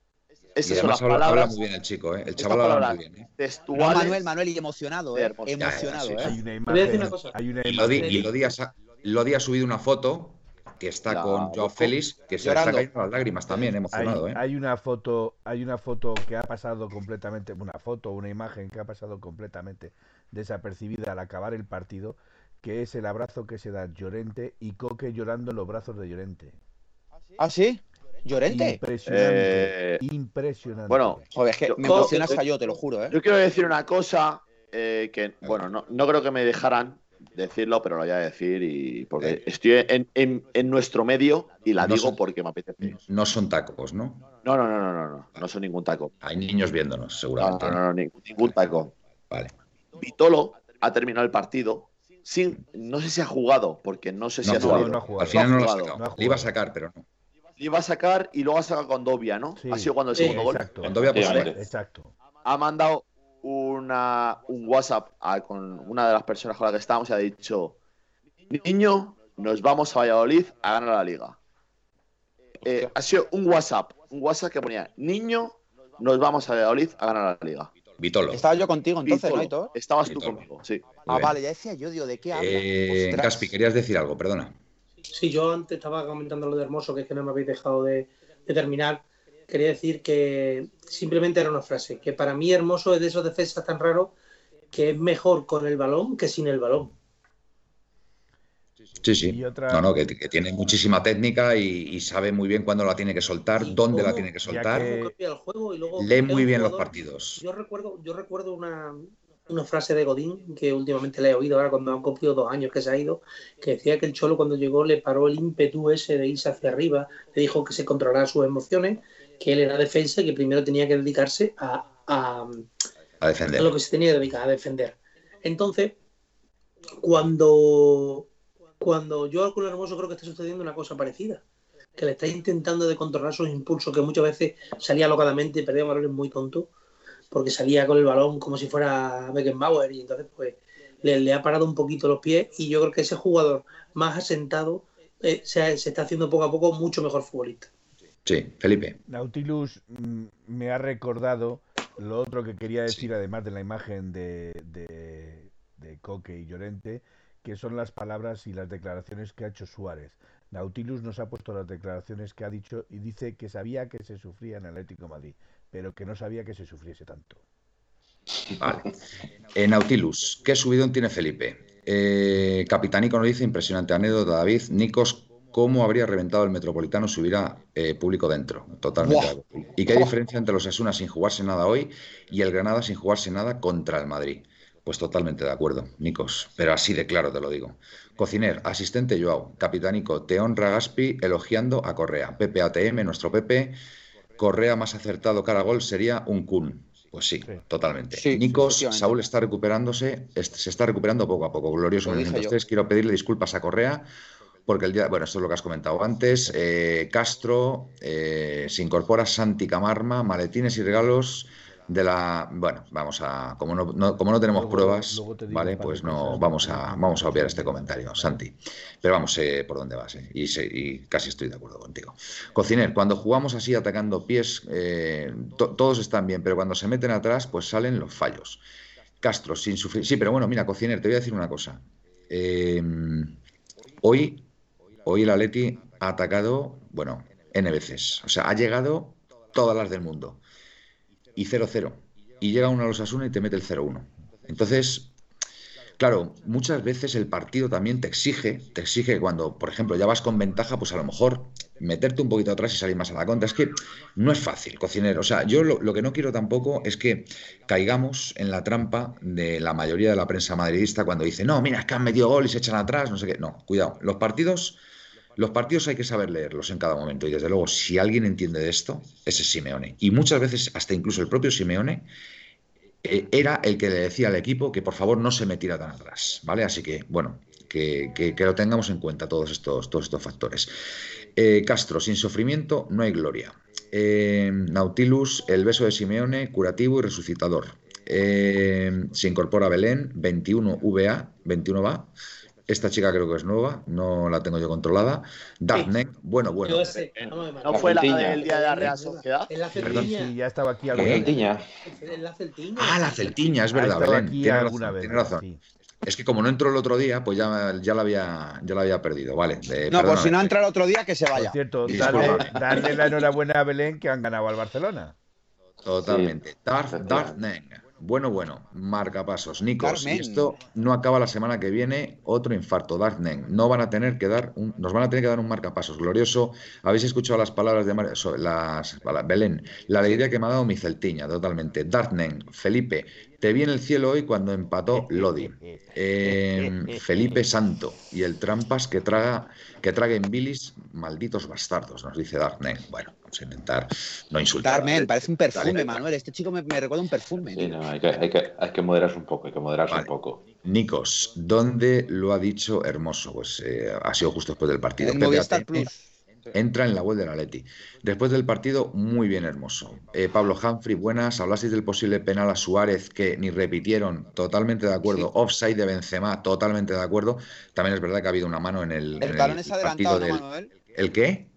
Y Esas son además las habla palabras. muy bien el chico, ¿eh? El estas chaval habla palabras muy bien, ¿eh? No, textuales. Manuel, y emocionado, ¿eh? Hermoso. Emocionado, Ya, sí, Hay una Te voy a decir imagen, una cosa. hay una Y imagen. Lodi ha subido una foto que está Ya, con Joao loco. Félix, que se le Llorando. está cayendo las lágrimas también, emocionado, ¿eh? Hay una foto que ha pasado completamente, una imagen que ha pasado completamente desapercibida al acabar el partido, que es el abrazo que se da Llorente y Coque llorando en los brazos de Llorente. ¿Ah, sí? ¿Llorente? Impresionante. Bueno, Joder, es que me emociona hasta yo, te lo juro, ¿eh? yo quiero decir una cosa que, bueno, no creo que me dejaran decirlo, pero lo voy a decir y porque estoy en nuestro medio y la No digo son- porque me apetece. No son tacos, ¿no? No son ningún taco. Hay niños viéndonos, seguramente. No, ningún taco. Vale. Vitolo ha terminado el partido no sé si ha jugado, porque no sé si ha No ha jugado, salido. no ha jugado. Al final no lo ha jugado. sacado. No ha Le iba a jugado. sacar, pero no. Le iba a sacar y luego ha sacado con Dobia, ¿no? Sí. Ha sido cuando el Sí, segundo gol. Exacto. Cuando vea Efectivamente. Exacto. Ha mandado un WhatsApp con una de las personas con las que estábamos y ha dicho: niño, nos vamos a Valladolid a ganar la liga. Ha sido un WhatsApp que ponía: niño, nos vamos a Valladolid a ganar la liga. Vitolo. Estaba yo contigo entonces, Vitolo. ¿no, Aitor? Estabas tú Vitolo. conmigo, sí. Ah, bien. vale, ya decía yo, digo, ¿de qué habla? Ostras. Gaspi, querías decir algo, perdona. Sí, yo antes estaba comentando lo de Hermoso, que es que no me habéis dejado de terminar. Quería decir que simplemente era una frase, que para mí Hermoso es de esos defensas tan raros que es mejor con el balón que sin el balón. Sí. Y otra- No, que tiene muchísima técnica y sabe muy bien cuándo la tiene que soltar, Y dónde la cómo- tiene que ya soltar. que- Cómo cambia el juego y luego Lee es muy un bien los jugador- partidos. Yo recuerdo una frase de Godín que últimamente le he oído ahora cuando han cumplido 2 años que se ha ido, que decía que el Cholo cuando llegó le paró el ímpetu ese de irse hacia arriba, le dijo que se controlara sus emociones, que él era defensa y que primero tenía que dedicarse a A lo que se tenía que dedicar, a defender. Entonces, cuando yo con el Hermoso creo que está sucediendo una cosa parecida, que le está intentando de controlar sus impulsos, que muchas veces salía alocadamente y perdía balones muy tontos, porque salía con el balón como si fuera Beckenbauer y entonces pues le ha parado un poquito los pies y yo creo que ese jugador más asentado se está haciendo poco a poco mucho mejor futbolista. Sí, Felipe. Nautilus me ha recordado lo otro que quería decir, además de la imagen de Coque y Llorente, que son las palabras y las declaraciones que ha hecho Suárez. Nautilus nos ha puesto las declaraciones que ha dicho y dice que sabía que se sufría en Atlético de Madrid, pero que no sabía que se sufriese tanto. Vale. Nautilus, ¿qué subidón tiene Felipe? Capitanico nos dice, impresionante anécdota, David. Nikos, ¿cómo habría reventado el Metropolitano si hubiera público dentro? Totalmente. Buah. de acuerdo. ¿Y qué hay diferencia entre los Osasuna sin jugarse nada hoy y el Granada sin jugarse nada contra el Madrid? Pues totalmente de acuerdo, Nikos, pero así de claro te lo digo. Cociner, asistente Joao, Capitanico, te honra Gaspi elogiando a Correa. Pepe ATM, nuestro Pepe. Correa más acertado cara a gol sería un Kun. Pues sí, Sí. totalmente. Sí, Nikos, efectivamente. Saúl está recuperándose, se está recuperando poco a poco. Glorioso Lo en el dije 103. Quiero pedirle disculpas a Correa porque el día, bueno, esto es lo que has comentado antes. Castro, se incorpora Santi Camarma, maletines y regalos Bueno, vamos a. Como no tenemos pruebas, luego te digo ¿vale? un par Pues de no cosas. vamos a obviar este comentario, Santi. Pero vamos, sé por dónde vas, y casi estoy de acuerdo contigo. Cociner, cuando jugamos así atacando pies, todos están bien, pero cuando se meten atrás, pues salen los fallos. Castro, sin sufrir. Sí, pero bueno, mira, Cociner, te voy a decir una cosa. Hoy el Atleti ha atacado, bueno, N veces. O sea, ha llegado todas las del mundo. Y 0-0. Y llega uno a los Osasuna y te mete el 0-1. Entonces, claro, muchas veces el partido también te exige cuando, por ejemplo, ya vas con ventaja, pues a lo mejor meterte un poquito atrás y salir más a la contra. Es que no es fácil, Cocinero. O sea, yo lo que no quiero tampoco es que caigamos en la trampa de la mayoría de la prensa madridista cuando dice, no, mira, es que han metido gol y se echan atrás, no sé qué. No, cuidado. Los partidos hay que saber leerlos en cada momento y desde luego si alguien entiende de esto, ese es Simeone. Y muchas veces hasta incluso el propio Simeone era el que le decía al equipo que por favor no se metiera tan atrás, ¿vale? Así que, bueno, que lo tengamos en cuenta todos estos factores. Castro, sin sufrimiento no hay gloria. Nautilus, el beso de Simeone, curativo y resucitador. Se incorpora Belén, 21 va. Esta chica creo que es nueva, no la tengo yo controlada. Darkneck, bueno. Yo ese, ¿No fue la del día de la Real Sociedad? Es la Perdón, Celtiña. Sí, ya estaba aquí ¿Qué? alguna vez. Celtiña. Es la Celtiña. Ah, la Celtiña, es Ha verdad, estado Belén. aquí Tiene alguna razón, vez. tiene razón. Sí. Es que como no entró el otro día, pues ya la había perdido, vale. No, por perdóname. si no entra el otro día, que se Por vaya. cierto, Disculpa. darle la enhorabuena a Belén que han ganado al Barcelona. Totalmente. Sí, Darkneck. Bueno, marcapasos. Nikos, y Darkneck. esto no acaba la semana que viene, otro infarto. Darkneck. Nos van a tener que dar un marcapasos glorioso. Habéis escuchado las palabras de Belén. La alegría que me ha dado mi Celtiña, totalmente. Darkneck, Felipe, te vi en el cielo hoy cuando empató Lodi. Felipe Santo y el trampas que traguen bilis, malditos bastardos, nos dice Darkneck. Bueno, vamos a intentar no insultar. Darmen, parece un perfume, Dale. Manuel. Este chico me recuerda un perfume. Sí, tío. no, hay que moderarse un poco, Vale. un poco. Nikos, ¿dónde lo ha dicho Hermoso? Pues ha sido justo después del partido. En Pepe Movistar AT Plus. entra en la web del Atleti. Después del partido, muy bien Hermoso. Pablo Humphrey, buenas. Hablasteis del posible penal a Suárez, que ni repitieron. Totalmente de acuerdo. Sí. Offside de Benzema, totalmente de acuerdo. También es verdad que ha habido una mano en el balón es partido adelantado, ¿no, del... Manuel? ¿El qué?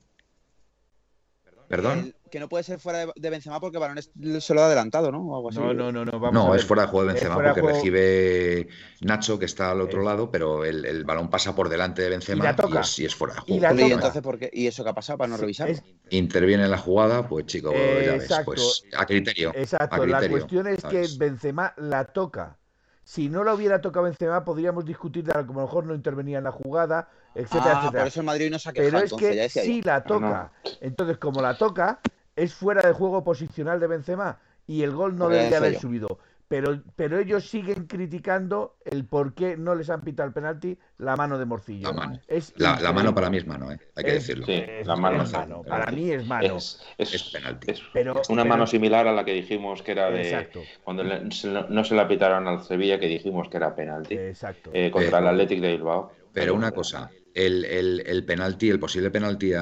¿Perdón? Que no puede ser fuera de Benzema porque el balón se lo ha adelantado, ¿no? O algo así. No, vamos a No, ver. es fuera de juego de Es Benzema fuera de porque juego. recibe Nacho, que está al otro Es- lado, pero el balón pasa por delante de Benzema Y la toca. y es fuera de Y juego. la Jolín, toca. entonces, ¿por qué? ¿Y eso qué ha pasado para no revisarlo? Es- Interviene en la jugada, pues chico, ya ves, Exacto. pues a criterio. Exacto, a la criterio, cuestión es que ¿sabes? Benzema la toca. Si no la hubiera tocado Benzema, podríamos discutir de algo, a lo mejor no intervenía en la jugada, etcétera, etcétera. Por eso el Madrid no se ha Pero quejado, es entonces, ya que decía si yo. la toca, entonces como la toca, es fuera de juego posicional de Benzema y el gol no Pues ya debería decía haber yo. subido. Pero ellos siguen criticando el por qué no les han pitado el penalti la mano de Morcillo. La mano. Es La increíble. mano para mí es mano, hay que Es- decirlo. Sí, es- la mano es es mano. penalti. Para mí es mano. Es penalti. Pero- una pero- mano similar a la que dijimos que era de Exacto. cuando no se la pitaron al Sevilla, que dijimos que era penalti Exacto. contra el Pero- Athletic de Bilbao. Pero una cosa, el penalti, el posible penalti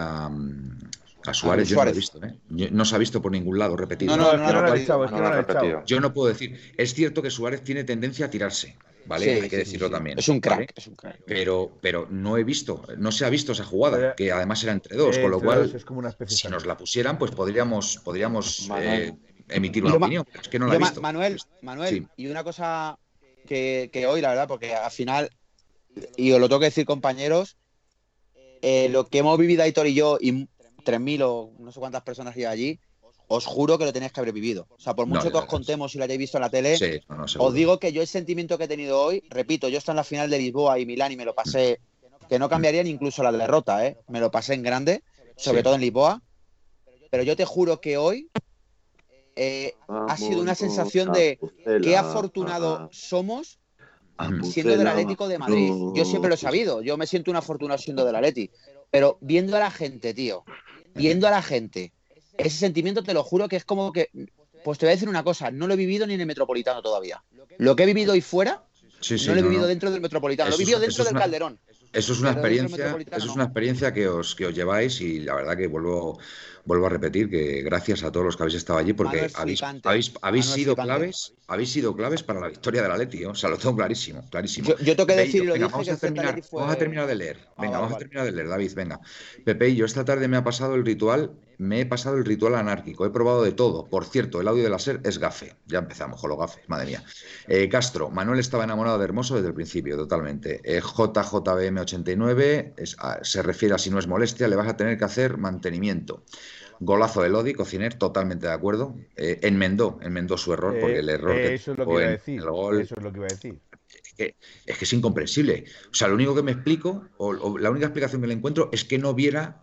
a Suárez, yo no lo he Suárez. visto, ¿eh? No se ha visto por ningún lado repetido. No, es que no lo no, han echado, es que no no lo lo han han echado. repetido. Yo no puedo decir, es cierto que Suárez tiene tendencia a tirarse, ¿vale? Sí, Hay que sí, decirlo sí. también. Es un crack, ¿vale? es un crack. Pero no se ha visto esa jugada, Pero- que además era entre dos, con lo Entre cual, dos, es como una especie si de- nos la pusieran, pues podríamos Manuel. emitir Y una lo ma- opinión, pero es que no la he Yo, visto. Manuel, Sí. y una cosa que hoy, la verdad, porque al final, y os lo tengo que decir, compañeros, lo que hemos vivido Aitor y yo, y 3.000 o no sé cuántas personas hay allí, os juro que lo tenéis que haber vivido. O sea, por No, mucho ya que os verás. contemos y lo hayáis visto en la tele, Sí, no, seguro. os digo que yo el sentimiento que he tenido hoy, repito, yo estoy en la final de Lisboa y Milán y me lo pasé, que no cambiaría ni incluso la derrota, ¿eh? Me lo pasé en grande, sobre Sí. todo en Lisboa, pero yo te juro que hoy ha sido una sensación de qué afortunado somos siendo del Atlético de Madrid. Yo siempre lo he sabido, yo me siento un afortunado siendo del Atleti, pero viendo a la gente, tío, viendo a la gente, ese sentimiento te lo juro que es como que, pues te voy a decir una cosa, no lo he vivido ni en el Metropolitano todavía. Lo que he vivido hoy fuera, Sí, no lo he vivido dentro del Metropolitano, lo he Eso vivido es- dentro eso es del una- Calderón. Eso es una Pero dentro del experiencia, Metropolitano eso es no. una experiencia que os lleváis y la verdad que vuelvo a repetir que gracias a todos los que habéis estado allí porque Manuel habéis flipante. Manuel sido claves para la victoria del Atleti, ¿eh? O sea, lo tengo clarísimo. Yo tengo que Pepe y decir, y lo venga, dije, vamos que a el Celta terminar, Atleti fue... vamos a terminar de leer. Venga, vale, vamos a vale. terminar de leer, David, venga. Pepe, yo esta tarde me he pasado el ritual anárquico, he probado de todo. Por cierto, el audio de la SER es gafe. Ya empezamos con los gafes, madre mía. Castro, Manuel estaba enamorado de Hermoso desde el principio, totalmente. JJBM89 se refiere a si no es molestia, le vas a tener que hacer mantenimiento. Golazo de Lodi, Cociner, totalmente de acuerdo. Enmendó su error, porque el error que Eso es lo que tuvo iba a en decir. el gol Eso es lo que iba a decir. es que es incomprensible. O sea, lo único que me explico, o la única explicación que le encuentro, es que no viera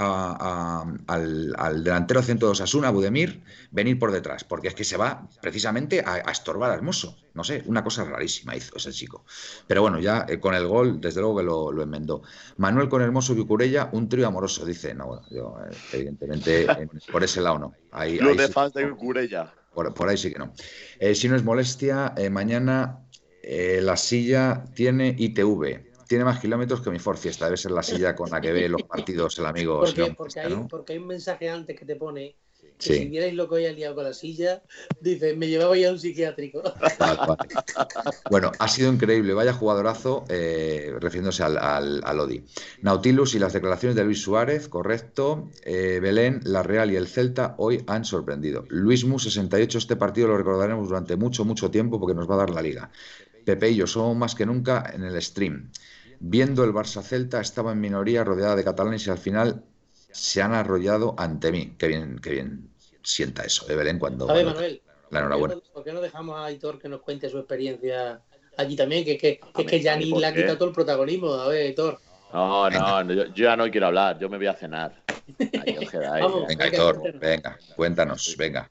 al delantero centro de Osasuna, Budemir, venir por detrás, porque es que se va precisamente a estorbar a Hermoso. No sé, una cosa rarísima hizo ese chico. Pero bueno, ya con el gol, desde luego que lo enmendó. Manuel con Hermoso y Cucurella, un trío amoroso, dice. No, bueno, yo evidentemente por ese lado no. Club de fans de Cucurella. Por ahí sí que no. Si no es molestia, mañana la silla tiene ITV. Tiene más kilómetros que mi Ford Fiesta. Debe ser la silla con la que ve los partidos el amigo. Porque hay un mensaje antes que te pone que Sí. si vierais lo que hoy ha liado con la silla, dice, me llevaba ya a un psiquiátrico. Vale. Bueno, ha sido increíble. Vaya jugadorazo, refiriéndose al Lodi. Nautilus y las declaraciones de Luis Suárez, correcto. Belén, la Real y el Celta hoy han sorprendido. Luismu, 68, este partido lo recordaremos durante mucho, mucho tiempo porque nos va a dar la liga. Pepe y yo somos más que nunca en el stream. Viendo el Barça-Celta, estaba en minoría, rodeada de catalanes y al final se han arrollado ante mí. Qué bien sienta eso, Belén, cuando... A ver, Manuel, La enhorabuena. ¿por qué no dejamos a Aitor que nos cuente su experiencia allí también? Que ya ni le ha quitado todo el protagonismo. A ver, Aitor. No, yo ya no quiero hablar, yo me voy a cenar. Vamos. Venga, Aitor, venga, cuéntanos, venga.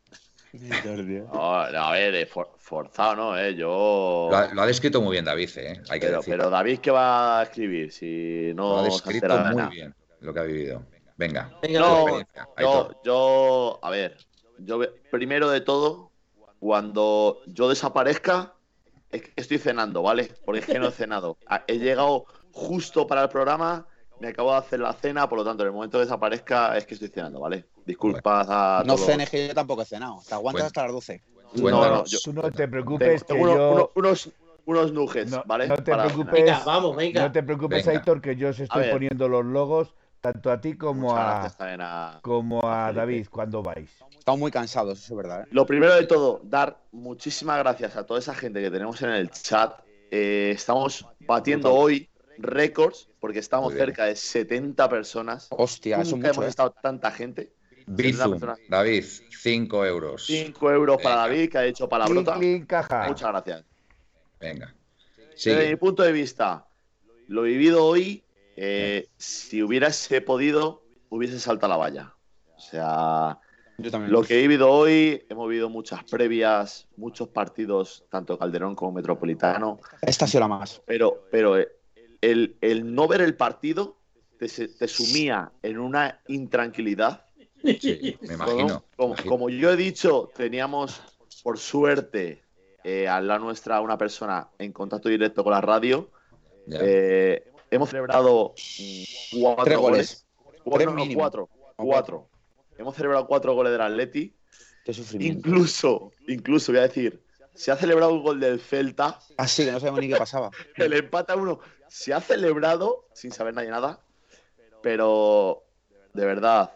No, a ver, forzado, ¿no? Yo... Lo ha descrito muy bien David, hay que decir. Pero David, ¿qué va a escribir? Si no Lo ha se descrito entera de muy nada. bien lo que ha vivido. Venga, No, tu experiencia, Aitor. yo, primero de todo, cuando yo desaparezca, es que estoy cenando, ¿vale? Porque es que no he cenado. He llegado justo para el programa, me acabo de hacer la cena, por lo tanto, en el momento que desaparezca es que estoy cenando, ¿vale? Disculpas a No todos. cenes, que yo tampoco he cenado. Te aguantas Bueno. hasta las 12. No, Tú no te preocupes, que tengo yo... unos nuggets, No, ¿vale? no te Para preocupes. Venga, vamos, venga. No te preocupes, Venga. Aitor, que yo os A estoy ver. poniendo los logos tanto a ti como Muchas a gracias también a Felipe. David cuando vais. Estamos muy cansados, eso es verdad. ¿eh? Lo primero de todo, dar muchísimas gracias a toda esa gente que tenemos en el chat. Estamos batiendo Brutal. hoy récords porque estamos Muy bien. cerca de 70 personas. Hostia, eso es Nunca mucho. hemos estado tanta gente. Bizum, David, 5 euros. 5 euros para Venga. David, que ha hecho palabrota. Clink, clink, caja. Muchas gracias. Venga. Desde mi Sigue. punto de vista, lo vivido hoy, si hubiese podido, hubiese saltado la valla. O sea, Yo también. lo que he vivido hoy, hemos vivido muchas previas, muchos partidos, tanto Calderón como Metropolitano, Esta ha sido la más. pero el no ver el partido te sumía en una intranquilidad. Sí, me imagino. Como yo he dicho, teníamos, por suerte, al lado nuestra una persona en contacto directo con la radio. Ya. Hemos celebrado 4 3 goles. goles. Cuatro, Tres mínimo. Cuatro. Hemos celebrado 4 goles del Atleti. Qué sufrimiento. Incluso voy a decir, se ha celebrado un gol del Celta. Así que no sabemos ni qué pasaba. El empate a 1 se ha celebrado sin saber nadie nada. Pero, de verdad,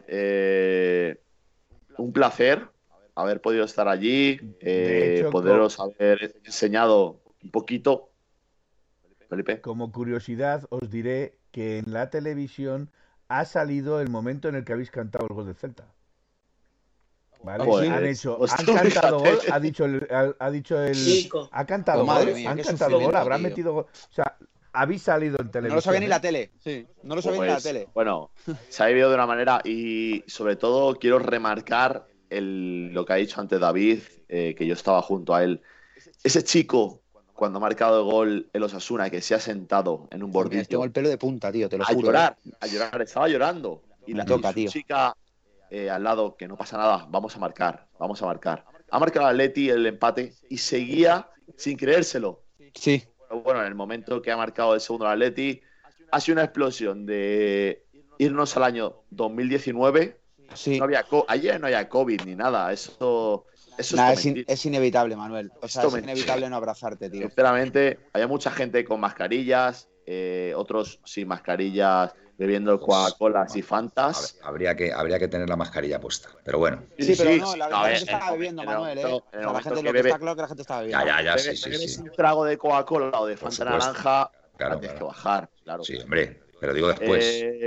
un placer haber podido estar allí, De hecho, poderos haber enseñado un poquito. Felipe. Como curiosidad, os diré que en la televisión ha salido el momento en el que habéis cantado el gol del Celta. ¿Vale? Joder, Han hecho, pues han tú cantado fíjate. gol, ha dicho el, Cinco. ha cantado Oh, madre gol, mía, han qué cantado gol, sufrimiento, habrán tío. metido gol. O sea, habéis salido en televisión. No lo sabía ni ¿eh? la tele. Sí, no lo sabía ni la Pues, tele. Bueno, se ha vivido de una manera y sobre todo quiero remarcar lo que ha dicho antes David, que yo estaba junto a él. Ese chico, cuando ha marcado el gol el Osasuna, que se ha sentado en un Mira, bordillo tengo el pelo de punta, tío, te lo a juro. llorar, estaba llorando. Y Me la toca, y su tío. chica al lado, que no pasa nada, vamos a marcar. Ha marcado el Atleti el empate y seguía sin creérselo. Sí, Pero bueno, en el momento que ha marcado el segundo el Atleti, ha sido una explosión de irnos al año 2019. Sí. No había ayer no había COVID ni nada. Eso Nada, es mentira. es inevitable, Manuel. O sea, Esto es inevitable no abrazarte, tío. Sinceramente, había mucha gente con mascarillas, otros sin mascarillas, bebiendo Coca-Colas y Fantas. Habría que tener la mascarilla puesta, pero bueno. Sí, pero no, la gente estaba bebiendo, Manuel, ¿eh? O sea, la gente, lo que está claro que la gente estaba bebiendo. Ya, sí. Un trago de Coca-Cola o de Fanta naranja, claro, tienes que bajar, claro. Sí, hombre, pero digo después.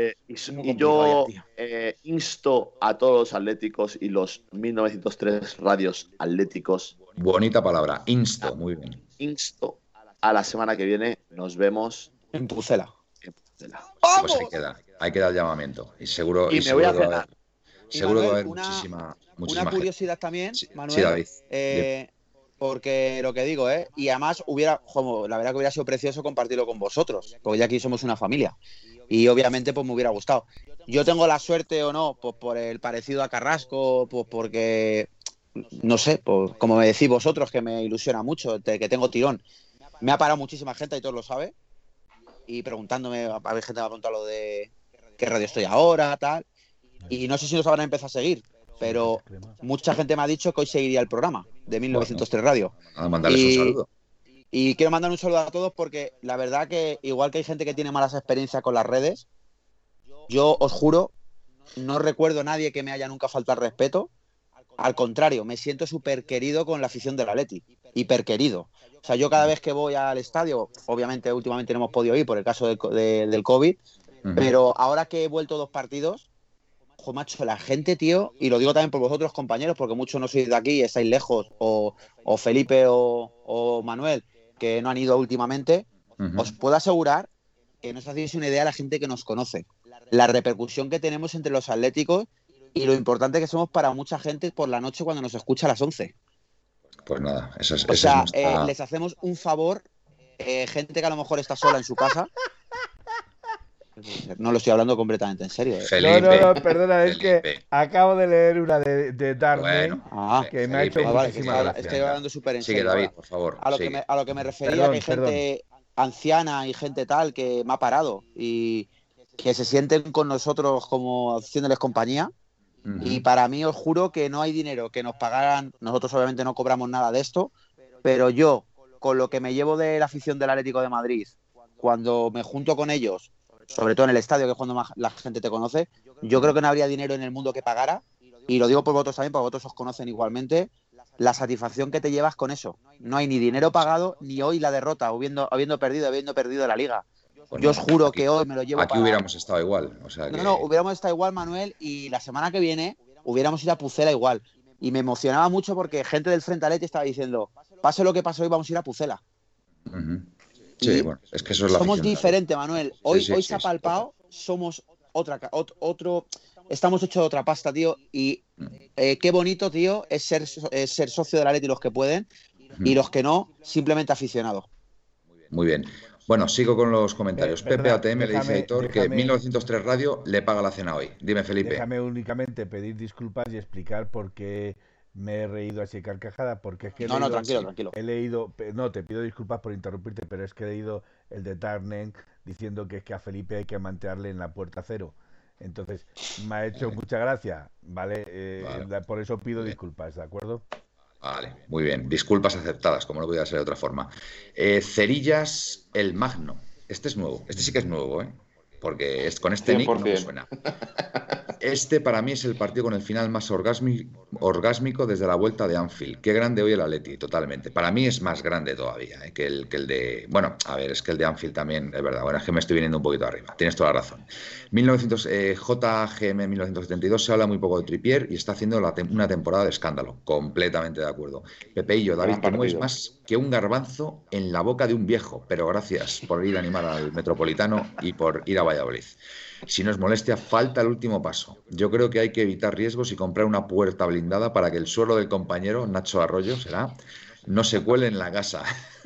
Y yo insto a todos los atléticos y los 1903 radios atléticos. Bonita palabra, insto, muy bien. Insto a la semana que viene, nos vemos en Pucela. Pues hay que dar el llamamiento. Y seguro. Y me voy a cenar. Seguro que va a haber muchísima una curiosidad gente. también, Manuel. Sí, David. Porque lo que digo, y además la verdad que hubiera sido precioso compartirlo con vosotros, porque ya aquí somos una familia. Y obviamente pues me hubiera gustado. Yo tengo la suerte o no, pues por el parecido a Carrasco, pues porque, no sé, pues como me decís vosotros, que me ilusiona mucho, que tengo tirón. Me ha parado muchísima gente y todos lo sabe. Y preguntándome, a ver, gente me ha preguntado lo de qué radio estoy ahora, tal. Y no sé si nos habrán empezado a seguir, pero mucha gente me ha dicho que hoy seguiría el programa de 1903 Radio. A mandarles un saludo. Y quiero mandar un saludo a todos porque la verdad que igual que hay gente que tiene malas experiencias con las redes, yo os juro, no recuerdo a nadie que me haya nunca faltado respeto. Al contrario, me siento súper querido con la afición del Atleti, hiper querido. O sea, yo cada vez que voy al estadio, obviamente últimamente no hemos podido ir por el caso del COVID, pero ahora que he vuelto 2 partidos, ojo, macho, la gente, tío, y lo digo también por vosotros, compañeros, porque muchos no sois de aquí, estáis lejos, o Felipe o Manuel, que no han ido últimamente, os puedo asegurar que no os hacéis una idea a la gente que nos conoce. La repercusión que tenemos entre los atléticos y lo importante que somos para mucha gente por la noche cuando nos escucha a las 11. Pues nada, esa es nuestra... les hacemos un favor, gente que a lo mejor está sola en su casa. No lo estoy hablando completamente en serio. Felipe, no, perdona, es que acabo de leer una de Darnay que me ha hecho muchísima gracia. Estoy hablando súper en serio. Sigue, David, por favor. A lo que me refería, que hay gente anciana y gente tal que me ha parado y que se sienten con nosotros como haciéndoles compañía. Y para mí os juro que no hay dinero que nos pagaran. Nosotros obviamente no cobramos nada de esto, pero yo, con lo que me llevo de la afición del Atlético de Madrid, cuando me junto con ellos, sobre todo en el estadio, que es cuando más la gente te conoce, yo creo que no habría dinero en el mundo que pagara, y lo digo por vosotros también, porque vosotros os conocen igualmente, la satisfacción que te llevas con eso. No hay ni dinero pagado, ni hoy la derrota, habiendo perdido la Liga. Bueno, yo os juro aquí, que hoy me lo llevo aquí hubiéramos estado igual. O sea que... No, hubiéramos estado igual, Manuel, y la semana que viene hubiéramos ido a Pucela igual. Y me emocionaba mucho porque gente del Frente Atleti estaba diciendo, pase lo que pase hoy, vamos a ir a Pucela. Sí, bueno, es que eso es la somos afición, diferente, Manuel. Hoy se ha palpado, somos otro, estamos hechos de otra pasta, tío. Y qué bonito, tío, es ser socio del Atleti los que pueden, y los que no, simplemente aficionados. Muy bien. Bueno, sigo con los comentarios. Pepe ATM le dice a Aitor que 1903 Radio le paga la cena hoy. Dime, Felipe. Déjame únicamente pedir disculpas y explicar por qué me he reído así carcajada, porque es que tranquilo. He leído, no, te pido disculpas por interrumpirte, pero es que he leído el de Tarnen diciendo que es que a Felipe hay que mantenerle en la puerta cero. Entonces, me ha hecho mucha gracia, ¿vale? Por eso pido disculpas, ¿de acuerdo? Vale, muy bien. Disculpas aceptadas, como no podía ser de otra forma. Cerillas el Magno. Este es nuevo. Este sí que es nuevo, ¿eh? Porque con este 100%. Nick no me suena. Este para mí es el partido con el final más orgásmico desde la vuelta de Anfield. Qué grande hoy el Atleti, totalmente. Para mí es más grande todavía que el de... Bueno, a ver, es que el de Anfield también, es verdad. Bueno, es que me estoy viniendo un poquito arriba. Tienes toda la razón. JGM 1972 se habla muy poco de Trippier y está haciendo una temporada de escándalo. Completamente de acuerdo. Pepe y yo, David, que no es más que un garbanzo en la boca de un viejo. Pero gracias por ir a animar al Metropolitano y por ir a Valladolid. Si no es molestia, falta el último paso. Yo creo que hay que evitar riesgos y comprar una puerta blindada para que el suelo del compañero, Nacho Arroyo, no se cuele en la casa.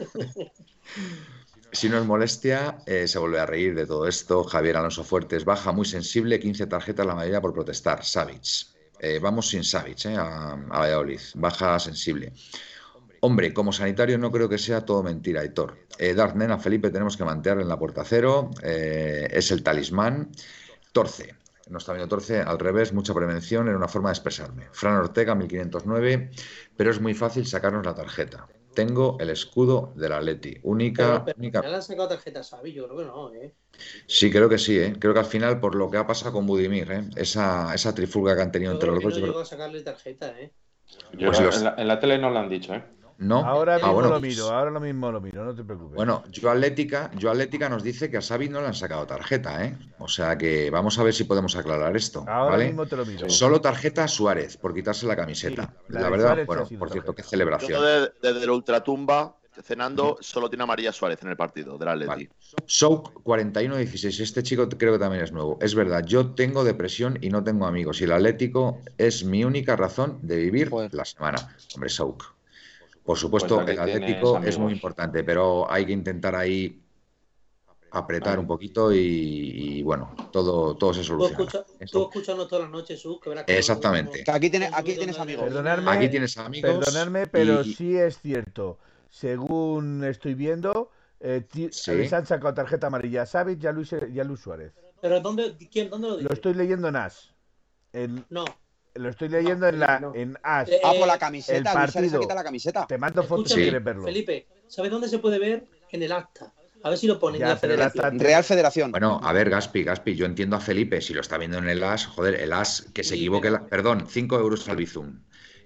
Si no es molestia, se vuelve a reír de todo esto. Javier Alonso Fuertes, baja muy sensible, 15 tarjetas la mayoría por protestar. Savic. Vamos sin Savic a Valladolid. Baja sensible. Hombre, como sanitario no creo que sea todo mentira, Aitor. Darknen, a Felipe tenemos que mantener en la puerta cero, es el talismán. Torce, no está viendo Torce, al revés, mucha prevención, era una forma de expresarme. Fran Ortega, 1509, pero es muy fácil sacarnos la tarjeta. Tengo el escudo del Atleti, única... ¿Ya le han sacado tarjeta a Xavi? Yo creo que no, ¿eh? Sí, creo que sí, ¿eh? Creo que al final, por lo que ha pasado con Budimir, ¿eh? Esa trifulga que han tenido Yo entre creo los que dos, no yo llegó creo... a sacarle tarjeta, ¿eh? Pues los- en la tele no lo han dicho, ¿eh? ¿No? Ahora mismo bueno. lo miro, ahora mismo lo miro, no te preocupes. Bueno, Yo Atlética nos dice que a Xavi no le han sacado tarjeta, ¿eh? O sea que vamos a ver si podemos aclarar esto, Ahora ¿vale? mismo te lo miro. Solo tarjeta a Suárez por quitarse la camiseta. Sí, la la de verdad, Suárez bueno, ha sido por cierto, qué tarjeta. celebración. Yo desde la ultratumba, cenando, solo tiene a María Suárez en el partido del Atleti. Vale. Souk 4116, este chico creo que también es nuevo. Es verdad, yo tengo depresión y no tengo amigos. Y el Atlético es mi única razón de vivir Joder. la semana. Hombre, Souk. Por supuesto, Pues aquí el Atlético tienes es muy amigos. importante, pero hay que intentar ahí apretar Vale. un poquito y bueno, todo se Tú soluciona. escúchanos todas las noches, Sus, que verás que Exactamente. Que aquí tienes amigos. Perdonadme, Aquí tienes amigos. Perdonadme, pero y- sí es cierto. Según estoy viendo, Sí. les han sacado tarjeta amarilla a Savic y a Luis Suárez. Pero ¿dónde lo dice? Lo estoy leyendo en AS. No. Lo estoy leyendo No. en AS. Eh, Por la el camiseta, Luis Suárez se partido. quita la camiseta. Te mando fotos si Escúchame, quieres verlo. Felipe, ¿sabes dónde se puede ver? En el acta. A ver si lo ponen Ya, en la pero el federación. acta- Real Federación. Bueno, a ver, Gaspi, yo entiendo a Felipe, si lo está viendo en el AS, joder, el AS, que se Sí, equivoque, pero- perdón, 5 euros al Bizum.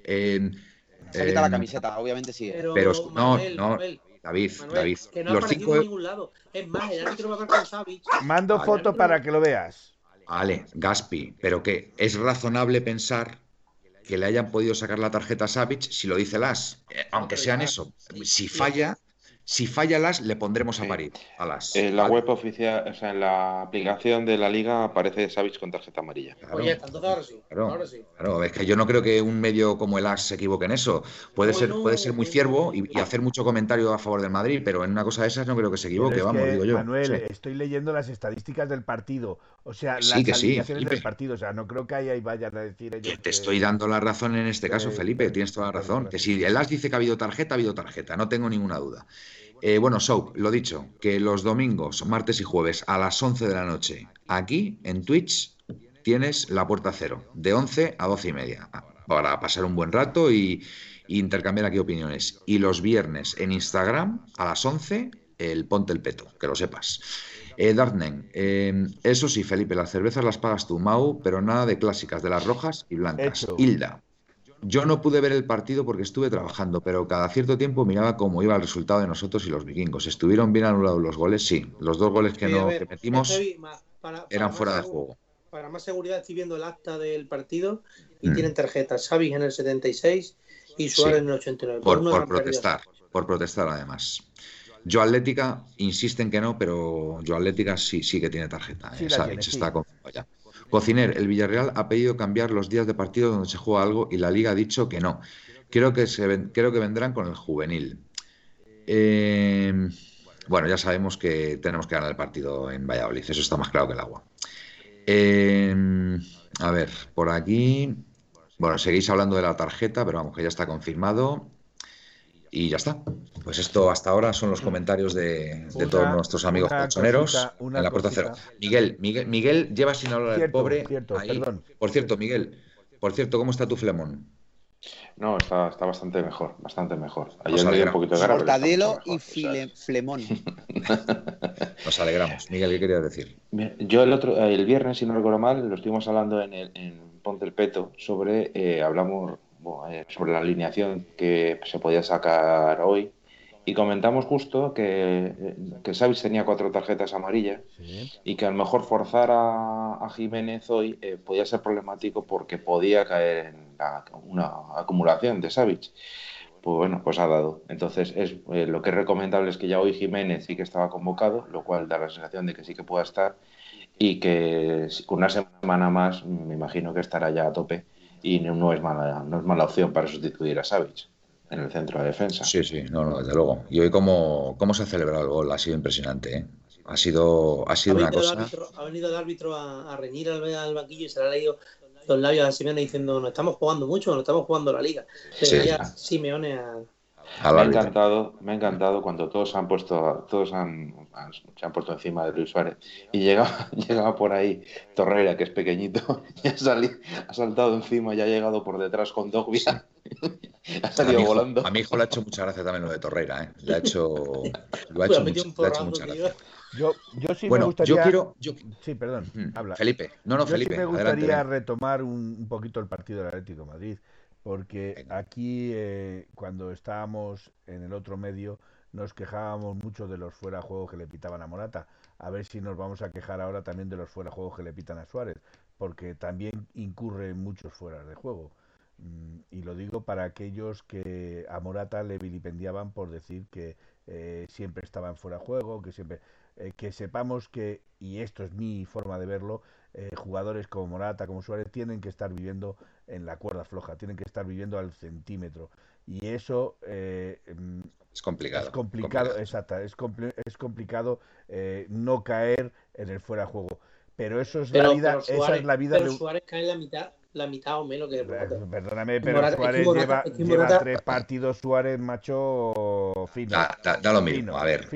Se quita la camiseta, obviamente sí. Pero Manuel, no, Manuel, David, que no ha los aparecido 5 en ningún lado. Es más, el árbitro va a hablar con Savic. Mando Vale. foto para que lo veas. Vale, Gaspi, pero que es razonable pensar que le hayan podido sacar la tarjeta a Savic si lo dice el AS. Aunque pero sean ya, eso. sí, Si sí, falla el AS, le pondremos a Sí. parir al AS. En la Vale. web oficial, o sea, en la aplicación de la liga aparece Savic con tarjeta amarilla. Claro, Pues ya está, entonces ahora sí. claro, Ahora sí. claro, es que yo no creo que un medio como el AS se equivoque en eso. Puede ser muy ciervo y hacer mucho comentario a favor del Madrid, pero en una cosa de esas no creo que se Pero equivoque, es vamos, que, digo yo. Manuel, Sí. estoy leyendo las estadísticas del partido. O sea, Que sí, las que sí, alineaciones del Felipe. partido. O sea, no creo que ahí vayan a decir ellos Que te que- estoy dando la razón en este caso, que- Felipe, tienes toda la razón. Que si el AS dice que ha habido tarjeta, no tengo ninguna duda. Bueno, Souk, lo dicho, que los domingos, martes y jueves a las 11 de la noche, aquí en Twitch, tienes la puerta cero, de 11 a 12 y media, para pasar un buen rato y intercambiar aquí opiniones. Y los viernes en Instagram, a las 11, el Ponte el Peto, que lo sepas. Darknen, eso sí, Felipe, las cervezas las pagas tú, Mau, pero nada de clásicas, de las rojas y blancas. Hecho. Hilda. Yo no pude ver el partido porque estuve trabajando, pero cada cierto tiempo miraba cómo iba el resultado de nosotros y los vikingos. ¿Estuvieron bien anulados los goles? Sí. Los 2 goles que Sí, a ver, que metimos para eran más fuera de segu- juego. Para más seguridad estoy viendo el acta del partido y Mm. tienen tarjetas. Savic en el 76 y Suárez Sí. en el 89. Por uno han perdido. por protestar además. Yo Atlética insisten que no, pero Yo Atlética sí que tiene tarjeta. Sí la Savic tiene, sí. está confirmado ya. Cociner, el Villarreal ha pedido cambiar los días de partido donde se juega algo y la Liga ha dicho que no. Creo que vendrán con el juvenil. Bueno, ya sabemos que tenemos que ganar el partido en Valladolid, eso está más claro que el agua. A ver, por aquí. Bueno, seguís hablando de la tarjeta, pero vamos, que ya está confirmado. Y ya está. Pues esto hasta ahora son los comentarios de todos nuestros amigos colchoneros en la puerta cero. Miguel lleva sin hablar el Cierto, pobre. cierto, ahí. perdón. Por cierto, Miguel, ¿cómo está tu flemón? No, está bastante mejor, bastante mejor. Nos Ayer me dio un alegramos. poquito de cara, pero está Mortadelo mucho mejor, y o sea, Flemón. Nos alegramos. Miguel, ¿qué querías decir? Yo el viernes, si no recuerdo mal, lo estuvimos hablando en Ponte el Peto hablamos sobre la alineación que se podía sacar hoy y comentamos justo que Savic tenía 4 tarjetas amarillas Sí. y que a lo mejor forzar a Jiménez hoy podía ser problemático porque podía caer en una acumulación de Savic. Pues bueno, pues ha dado. Entonces, lo que es recomendable es que ya hoy Jiménez sí que estaba convocado, lo cual da la sensación de que sí que pueda estar y que con una semana más me imagino que estará ya a tope y no es mala opción para sustituir a Savic en el centro de defensa. Sí, no, desde luego. Y hoy cómo se ha celebrado el gol, ha sido impresionante, ¿eh? Ha sido una cosa. Ha venido el árbitro a reñir al banquillo y se le ha leído los labios a Simeone diciendo: nos estamos jugando mucho, nos estamos jugando la liga. Sí. Ya Simeone a Me ha encantado cuando todos se han puesto encima de Luis Suárez y llegaba por ahí Torreira, que es pequeñito, y ha saltado encima y ha llegado por detrás con Dogbia. Ha salido volando. A mi hijo le ha hecho mucha gracia también lo de Torreira, ¿eh? Le ha hecho mucha gracia. Yo sí bueno, me gustaría... Sí, perdón, habla. Felipe, Felipe, sí me gustaría adelante. retomar un poquito el partido del Atlético de Madrid, porque aquí cuando estábamos en el otro medio nos quejábamos mucho de los fuera de juego que le pitaban a Morata. A ver si nos vamos a quejar ahora también de los fuera de juego que le pitan a Suárez, porque también incurre en muchos fueras de juego. Y lo digo para aquellos que a Morata le vilipendiaban por decir que siempre estaba en fuera de juego, que siempre... que sepamos que, y esto es mi forma de verlo, jugadores como Morata, como Suárez, tienen que estar viviendo en la cuerda floja, tienen que estar viviendo al centímetro. Y eso es complicado. Es complicado, exacto, es complicado no caer en el fuera de juego. Pero eso es la vida. Suárez, esa es la vida. Pero Suárez cae en la mitad o menos que Perdóname, pero Morata, Suárez lleva 3 partidos, Suárez, macho, fino. Da lo mismo. A ver,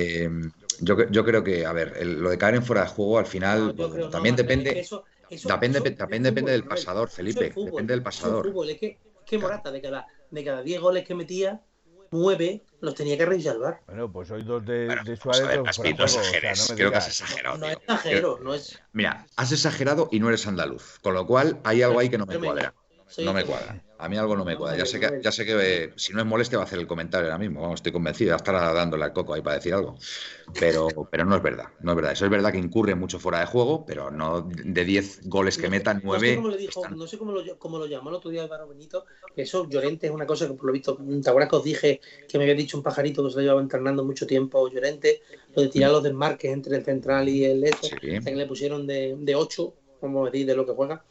yo creo que, a ver, lo de caer en fuera de juego al final también depende. Depende del pasador, Felipe. Depende del pasador. Es que Morata, de cada 10 goles que metía, 9 los tenía que resalvar. Bueno, pues hoy 2 de Suárez. No exageres, creo que has exagerado. No exagero, no es. Mira, has exagerado y no eres andaluz, con lo cual hay algo ahí que no me cuadra. No me cuadra. A mí algo no me cuadra. Ya sé que si no es molestia va a hacer el comentario ahora mismo. Vamos, estoy convencido. Ya estará dándole al coco ahí para decir algo. Pero no es verdad. No es verdad. Eso es verdad que incurre mucho fuera de juego, pero no de 10 goles que metan, 9. No sé cómo lo llamó el otro día Álvaro Benito. Eso, Llorente, es una cosa que por lo visto, ¿te acuerdas que os dije que me había dicho un pajarito que se lo llevaba entrenando mucho tiempo Llorente? Lo de tirar los desmarques entre el central y el este. Sí. Hasta que le pusieron de 8, vamos a decir, de lo que juega.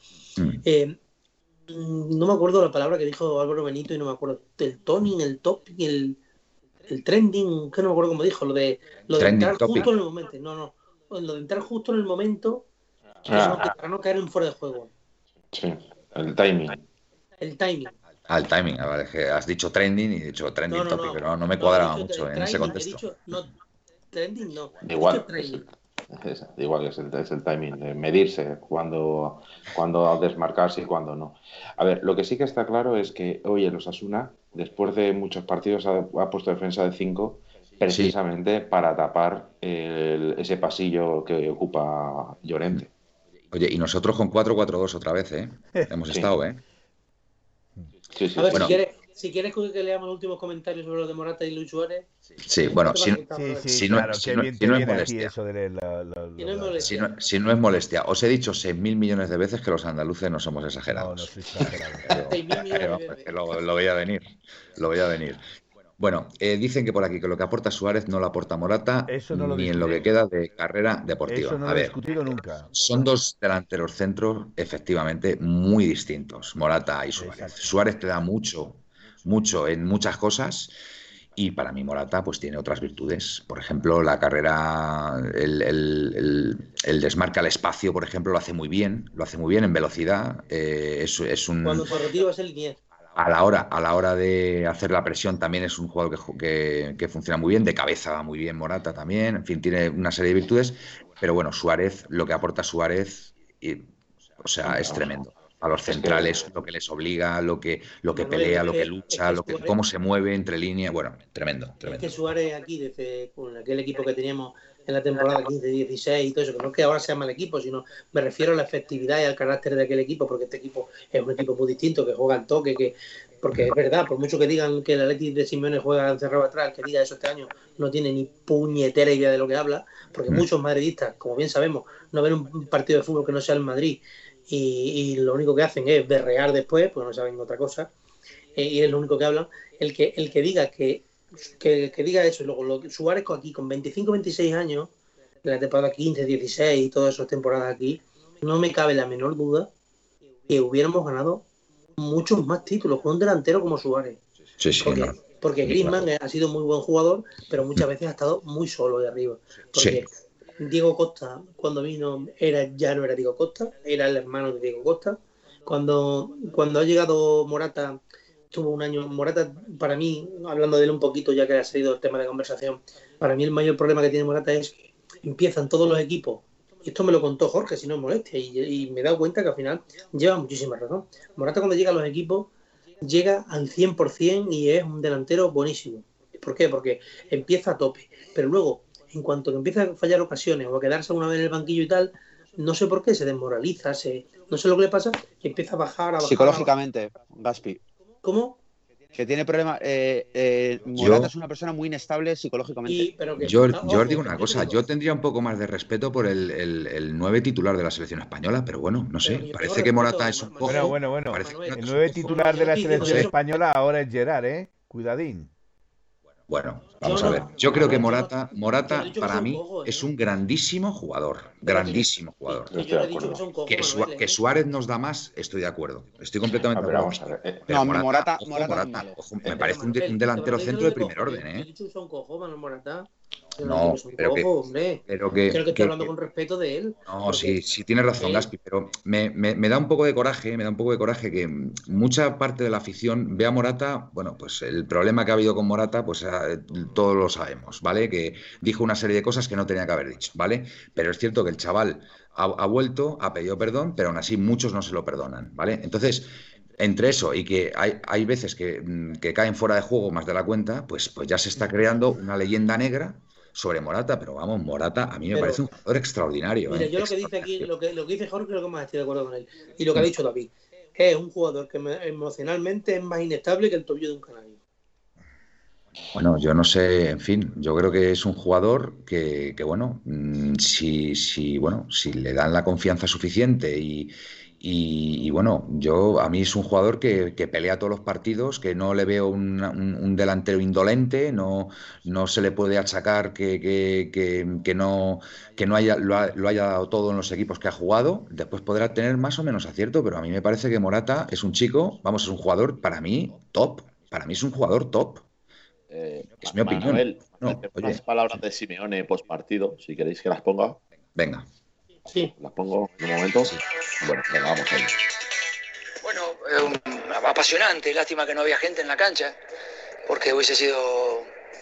No me acuerdo la palabra que dijo Álvaro Benito y no me acuerdo el toning, el top y el trending, que no me acuerdo cómo dijo, lo de entrar topic. Justo en el momento, lo de entrar justo en el momento para no caer en fuera de juego. Sí, el timing. El timing. El timing, vale, que has dicho trending y he dicho trending topic, pero no me cuadraba mucho en ese contexto. Trending no. Igual que es el timing de medirse cuando desmarcarse y cuando no. A ver, lo que sí que está claro es que hoy el Osasuna, después de muchos partidos, ha puesto defensa de 5 precisamente para tapar ese pasillo que ocupa Llorente. Oye, y nosotros con 4-4-2 otra vez, ¿eh? Hemos estado, ¿eh? Sí. A ver, si quieres que leamos los últimos comentarios sobre lo de Morata y Luis Suárez. Sí, bueno, si no es molestia. Si no es molestia. Os he dicho 6.000 millones de veces que los andaluces no somos exagerados. Lo veía venir. Bueno, dicen que por aquí que lo que aporta Suárez no lo aporta Morata ni en lo que queda de carrera deportiva. Eso no lo he discutido nunca. Son dos delanteros centros efectivamente muy distintos, Morata y Suárez. Exacto. Suárez te da mucho en muchas cosas y para mí Morata pues tiene otras virtudes. Por ejemplo, la carrera, el desmarque al espacio, por ejemplo, lo hace muy bien en velocidad. Cuando su objetivo es el 10. A la hora de hacer la presión también es un jugador que funciona muy bien, de cabeza va muy bien Morata también, en fin, tiene una serie de virtudes, pero bueno, Suárez, lo que aporta Suárez, es tremendo. A los centrales, lo que les obliga, lo que pelea, lo que lucha, cómo se mueve entre líneas, bueno, tremendo. Es que Suárez aquí, desde con aquel equipo que teníamos en la temporada 15-16 y todo eso, que no es que ahora sea mal equipo, sino me refiero a la efectividad y al carácter de aquel equipo, porque este equipo es un equipo muy distinto, que juega al toque, porque es verdad, por mucho que digan que el Atleti de Simeone juega encerrado atrás, que diga eso este año, no tiene ni puñetera idea de lo que habla, porque muchos madridistas, como bien sabemos, no ven un partido de fútbol que no sea el Madrid, y lo único que hacen es berrear después, porque no saben otra cosa, y es lo único que hablan. El que diga que diga eso, y luego Suárez aquí con 25-26 años, de la temporada 15-16 y todas esas temporadas aquí, no me cabe la menor duda que hubiéramos ganado muchos más títulos con un delantero como Suárez. Sí, porque Griezmann ha sido muy buen jugador, pero muchas veces ha estado muy solo de arriba. Porque Diego Costa, cuando vino, ya no era Diego Costa, era el hermano de Diego Costa. Cuando ha llegado Morata, tuvo un año. Morata, para mí, hablando de él un poquito, ya que ha salido el tema de conversación, para mí el mayor problema que tiene Morata es que empiezan todos los equipos, y esto me lo contó Jorge, si no es molestia, y me he dado cuenta que al final lleva muchísima razón. Morata, cuando llega a los equipos, llega al 100% y es un delantero buenísimo. ¿Por qué? Porque empieza a tope, pero luego, en cuanto que empieza a fallar ocasiones o a quedarse una vez en el banquillo y tal, no sé por qué, se desmoraliza, no sé lo que le pasa, y empieza a bajar. Psicológicamente, Gaspi. ¿Cómo? Que tiene problemas. Yo, Morata es una persona muy inestable psicológicamente. yo os digo una cosa, yo tendría un poco más de respeto por el 9 titular de la selección española, pero bueno, no sé, parece que Morata es un poco... Bueno. parece que El 9 titular de la selección española ahora es Gerard, ¿eh? Cuidadín. Bueno, vamos a ver. Yo creo que Morata para mí es un grandísimo jugador. Grandísimo jugador. Que Suárez nos da más, estoy de acuerdo. Estoy completamente de acuerdo. Vamos a ver. Pero No, Morata ojo, me parece un delantero centro de primer orden, ¿eh? No, pero que estoy hablando con respeto de él. No, sí tienes razón, Gaspi, pero me da un poco de coraje, que mucha parte de la afición ve a Morata, bueno, pues el problema que ha habido con Morata, pues todos lo sabemos, ¿vale? Que dijo una serie de cosas que no tenía que haber dicho, ¿vale? Pero es cierto que el chaval ha vuelto, ha pedido perdón, pero aún así muchos no se lo perdonan, ¿vale? Entonces, entre eso y que hay veces que caen fuera de juego más de la cuenta, pues ya se está creando una leyenda negra sobre Morata, pero vamos, Morata a mí me parece un jugador extraordinario. Mira, yo lo que dice aquí, lo que dice Jorge, creo que más estoy de acuerdo con él. Y lo que ha dicho David, es un jugador que emocionalmente es más inestable que el tobillo de un canario. Bueno, yo no sé, en fin, yo creo que es un jugador que bueno, si le dan la confianza suficiente y bueno, a mí es un jugador que pelea todos los partidos, que no le veo un delantero indolente, no se le puede achacar que no lo haya dado todo en los equipos que ha jugado. Después podrá tener más o menos acierto, pero a mí me parece que Morata es un chico, vamos, es un jugador para mí top, para mí es un jugador top. Es mi opinión. Manuel, unas palabras de Simeone post partido, si queréis que las ponga. Venga. Sí. Las pongo en un momento. Bueno, venga, vamos ahí. Bueno, apasionante. Lástima que no había gente en la cancha, porque hubiese sido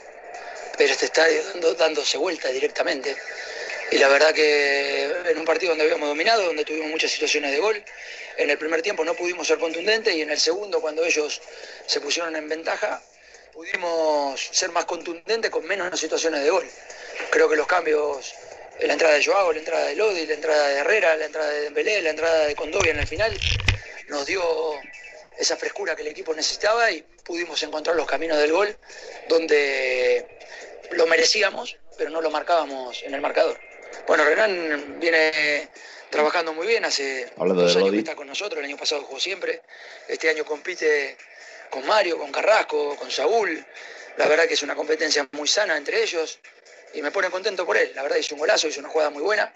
ver este estadio dándose vuelta directamente. Y la verdad que en un partido donde habíamos dominado, donde tuvimos muchas situaciones de gol, en el primer tiempo no pudimos ser contundentes y en el segundo, cuando ellos se pusieron en ventaja, pudimos ser más contundentes con menos situaciones de gol. Creo que los cambios, la entrada de Joao, la entrada de Lodi, la entrada de Herrera, la entrada de Dembélé, la entrada de Condovia en el final, nos dio esa frescura que el equipo necesitaba y pudimos encontrar los caminos del gol donde lo merecíamos, pero no lo marcábamos en el marcador. Bueno, Renan viene trabajando muy bien, hace 2 años que está con nosotros, el año pasado jugó siempre, este año compite con Mario, con Carrasco, con Saúl. La verdad que es una competencia muy sana entre ellos y me pone contento por él. La verdad hizo un golazo, hizo una jugada muy buena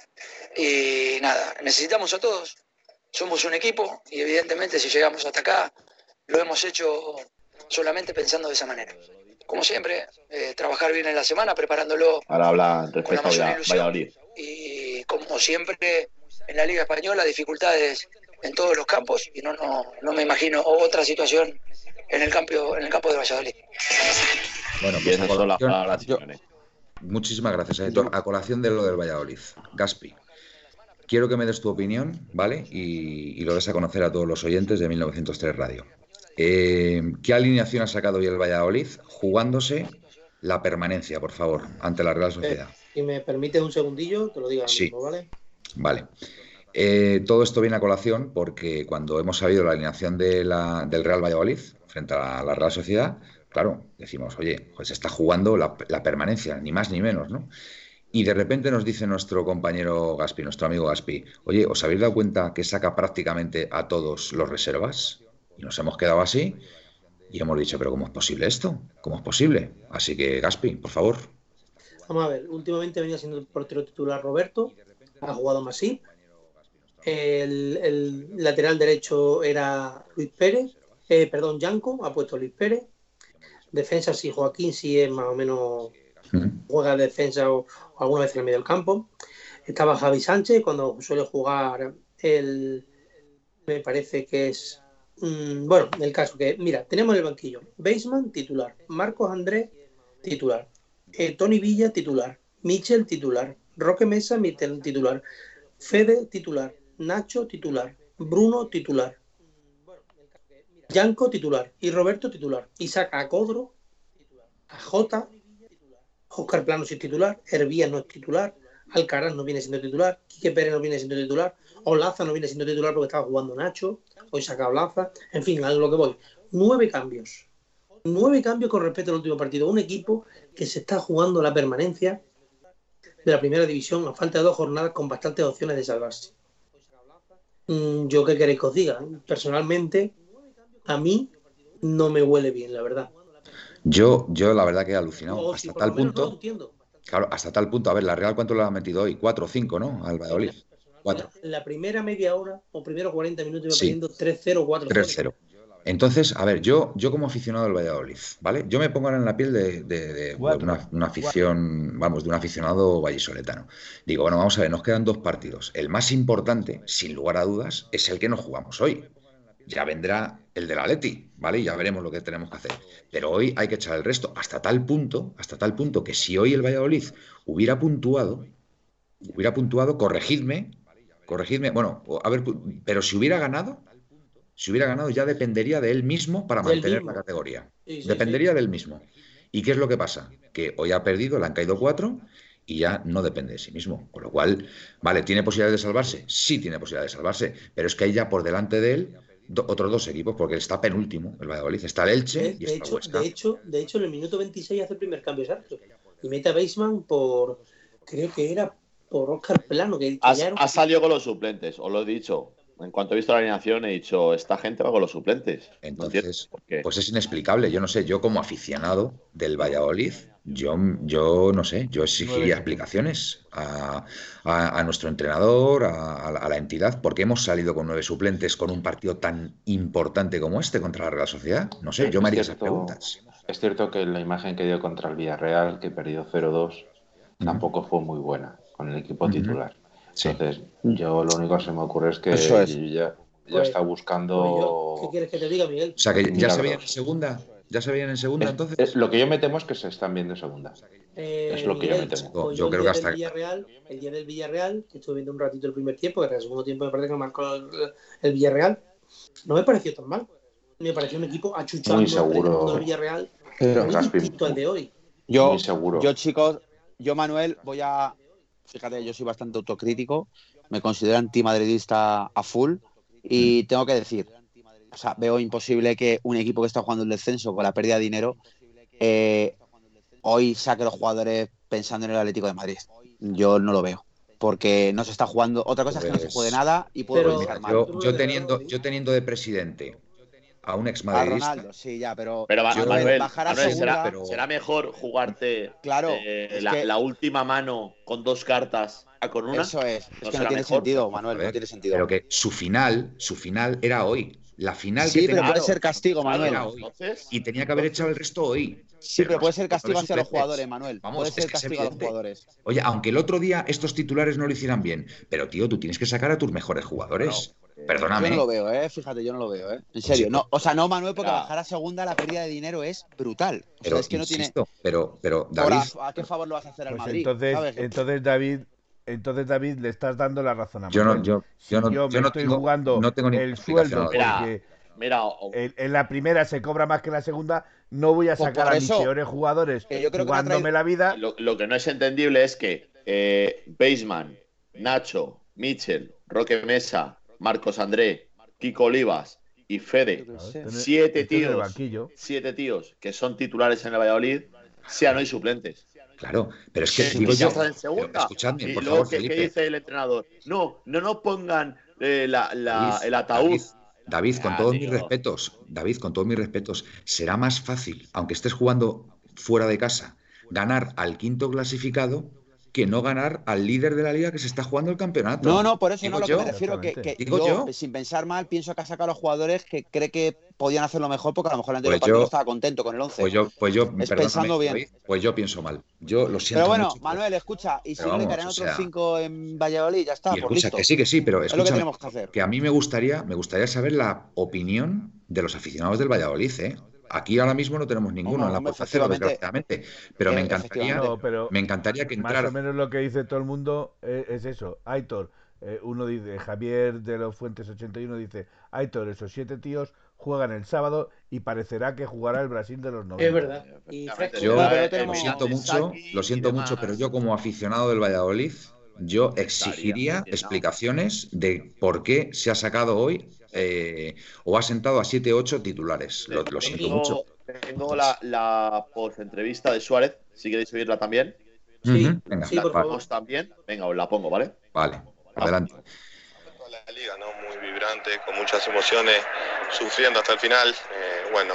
y nada, necesitamos a todos. Somos un equipo y evidentemente si llegamos hasta acá lo hemos hecho solamente pensando de esa manera. Como siempre, trabajar bien en la semana, preparándolo. Ahora habla respecto a Valladolid. Y como siempre en la Liga Española, dificultades en todos los campos y no me imagino otra situación en el campo de Valladolid. Bueno, pues muchísimas gracias, Héctor. A colación de lo del Valladolid, Gaspi, quiero que me des tu opinión, ¿vale? Y lo des a conocer a todos los oyentes de 1903 Radio. ¿Qué alineación ha sacado hoy el Valladolid jugándose la permanencia, por favor, ante la Real Sociedad? Si me permites un segundillo, te lo digo ahora mismo, ¿vale? Vale. Todo esto viene a colación porque cuando hemos sabido la alineación del Real Valladolid frente a la Real Sociedad, claro, decimos, oye, pues está jugando la permanencia, ni más ni menos, ¿no? Y de repente nos dice nuestro compañero Gaspi, nuestro amigo Gaspi, oye, ¿os habéis dado cuenta que saca prácticamente a todos los reservas? Y nos hemos quedado así y hemos dicho, ¿pero cómo es posible esto? ¿Cómo es posible? Así que, Gaspi, por favor. Vamos a ver, últimamente venía siendo el portero titular Roberto, ha jugado Masip. El lateral derecho era Luis Pérez, Yanco, ha puesto Luis Pérez. Defensa, sí, Joaquín sí es más o menos juega de defensa o alguna vez en el medio del campo. Estaba Javi Sánchez cuando suele jugar me parece que es Bueno, el caso que, mira, tenemos en el banquillo Baseman titular, Marcos Andrés titular, Tony Villa titular, Michel titular, Roque Mesa titular, Fede titular, Nacho titular, Bruno titular, Yanko titular y Roberto titular. Y saca a Codro, a Jota, Óscar Plano es titular, Hervías no es titular, Alcaraz no viene siendo titular, Quique Pérez no viene siendo titular, Olaza no viene siendo titular porque estaba jugando Nacho, hoy saca a Olaza, en fin, a lo que voy. 9 cambios. 9 cambios con respecto al último partido. Un equipo que se está jugando la permanencia de la primera división a falta de 2 jornadas con bastantes opciones de salvarse. Yo qué queréis que os diga. Personalmente, a mí no me huele bien, la verdad. Yo la verdad que he alucinado. O Hasta si por tal lo menos no lo punto. entiendo. Claro, hasta tal punto. A ver, la Real, ¿cuánto le ha metido hoy? 4 o 5, ¿no? Al Valladolid. 4. La primera media hora o primero 40 minutos iba Sí. perdiendo 3-0 4-0. 3-0. Entonces, a ver, yo como aficionado del Valladolid, ¿vale? Yo me pongo ahora en la piel de una afición, vamos, de un aficionado vallisoletano. Digo, bueno, vamos a ver, nos quedan 2 partidos. El más importante, sin lugar a dudas, es el que nos jugamos hoy. Ya vendrá el del Atleti, ¿vale? Y ya veremos lo que tenemos que hacer. Pero hoy hay que echar el resto, hasta tal punto que si hoy el Valladolid hubiera puntuado, corregidme, bueno, a ver, pero si hubiera ganado ya dependería de él mismo para mantener la categoría. Sí, Dependería del mismo. ¿Y qué es lo que pasa? Que hoy ha perdido, le han caído 4 y ya no depende de sí mismo. Con lo cual, vale, ¿tiene posibilidades de salvarse? Sí tiene posibilidades de salvarse, pero es que hay ya por delante de él otros 2 equipos, porque está penúltimo el Valladolid. Está el Elche y está el Huesca. De hecho, en el minuto 26 hace el primer cambio exacto. Y mete a Baseman por, creo que era por Óscar Plano. Que ha salido con los suplentes, os lo he dicho. En cuanto he visto la alineación he dicho, esta gente va con los suplentes. Entonces, pues es inexplicable. Yo no sé, yo como aficionado del Valladolid, yo no sé, yo exigiría explicaciones a nuestro entrenador, a la entidad, porque hemos salido con 9 suplentes con un partido tan importante como este contra la Real Sociedad. No sé, yo me haría esas preguntas. Es cierto que la imagen que dio contra el Villarreal, que perdió 0-2, tampoco fue muy buena con el equipo titular. Sí. Entonces, yo lo único que se me ocurre es que ya está buscando... ¿Qué quieres que te diga, Miguel? O sea, que ya se veían en segunda. ¿Ya se veían en segunda, entonces? Lo que yo me temo es que se están viendo en segunda. Es lo que Miguel, yo me temo. Pues yo creo que hasta... El día del Villarreal, que estuve viendo un ratito el primer tiempo, que era el segundo tiempo me parece que marcó el Villarreal, no me pareció tan mal. Me pareció un equipo achuchando muy seguro del Villarreal, pero muy distinto al de hoy. Muy seguro. Yo, chicos, Manuel, voy a... Fíjate, yo soy bastante autocrítico, me considero antimadridista a full y tengo que decir, o sea, veo imposible que un equipo que está jugando el descenso con la pérdida de dinero hoy saque los jugadores pensando en el Atlético de Madrid. Yo no lo veo, porque no se está jugando. Otra cosa es que no se juegue nada y puedo pensar mal. Yo teniendo de presidente a un exmadridista. Ronaldo, sí, ya, pero Manuel, bajar a segunda, será mejor jugarte la última mano con 2 cartas a con una. Eso es que no tiene sentido, Manuel, no tiene sentido. Pero que su final era hoy. La final sí, que pero puede ser castigo, Manuel. Era hoy. Y tenía que haber echado el resto hoy. Sí, pero puede ser castigo hacia los jugadores, Manuel. Vamos, puede ser castigo a los jugadores. Oye, aunque el otro día estos titulares no lo hicieran bien, pero tío, tú tienes que sacar a tus mejores jugadores. Perdóname. Yo no lo veo, fíjate, yo no lo veo, En serio. No, o sea, no, Manuel, porque bajar a segunda la pérdida de dinero es brutal. O sea, es que insisto, no tiene. Pero David. ¿A qué favor lo vas a hacer al Madrid? Entonces, David, le estás dando la razón a Manuel. Yo no estoy jugando el sueldo porque en la primera se cobra más que en la segunda. No voy a sacar a mis peores jugadores jugándome la vida. Lo que no es entendible es que Baseman, Nacho, Michel, Roque Mesa, Marcos André, Kiko Olivas y Fede, 7 tíos que son titulares en el Valladolid, sean hoy suplentes. Claro, pero es que digo yo, escuchadme, por favor, Felipe. ¿Qué dice el entrenador? No nos pongan el ataúd. David, con todos mis respetos, será más fácil, aunque estés jugando fuera de casa, ganar al quinto clasificado que no ganar al líder de la liga que se está jugando el campeonato. No, por eso Digo no, lo yo. que me refiero que Digo yo, yo. sin pensar mal, pienso que ha sacado a los jugadores que cree que podían hacerlo mejor porque a lo mejor el anterior Pues partido yo- estaba contento con el 11. Pues yo, Es perdóname, pensando bien. David, pues yo pienso mal. Yo lo siento Pero bueno, mucho. Manuel, escucha, y si Pero no le vamos, caerán o otros sea, 5 en Valladolid, ya está, Y pues escucha, listo. que sí, pero Es lo que escúchame, tenemos que hacer. que a mí me gustaría saber la opinión de los aficionados del Valladolid, ¿eh? Aquí ahora mismo no tenemos ninguno en la Hombre, Puerta Cero, efectivamente. desgraciadamente. Pero me Efectivamente. No, pero encantaría que más entrara. o menos lo que dice todo el mundo es eso. Aitor, uno dice, Javier de los Fuentes 81 dice, Aitor, esos 7 tíos juegan el sábado y parecerá que jugará el Brasil de los 90. Es verdad. Y fresco. Yo No, pero lo tenemos- siento mucho, pero yo como aficionado del Valladolid, yo exigiría explicaciones de por qué se ha sacado hoy o ha sentado a 7-8 titulares. Lo siento mucho. Tengo la post-entrevista de Suárez, si queréis oírla también. Sí, Ujú, venga, sí, por vale, favor. También. Venga, os la pongo, ¿vale? vale, adelante. La liga, ¿no? Muy vibrante, con muchas emociones, sufriendo hasta el final. Bueno,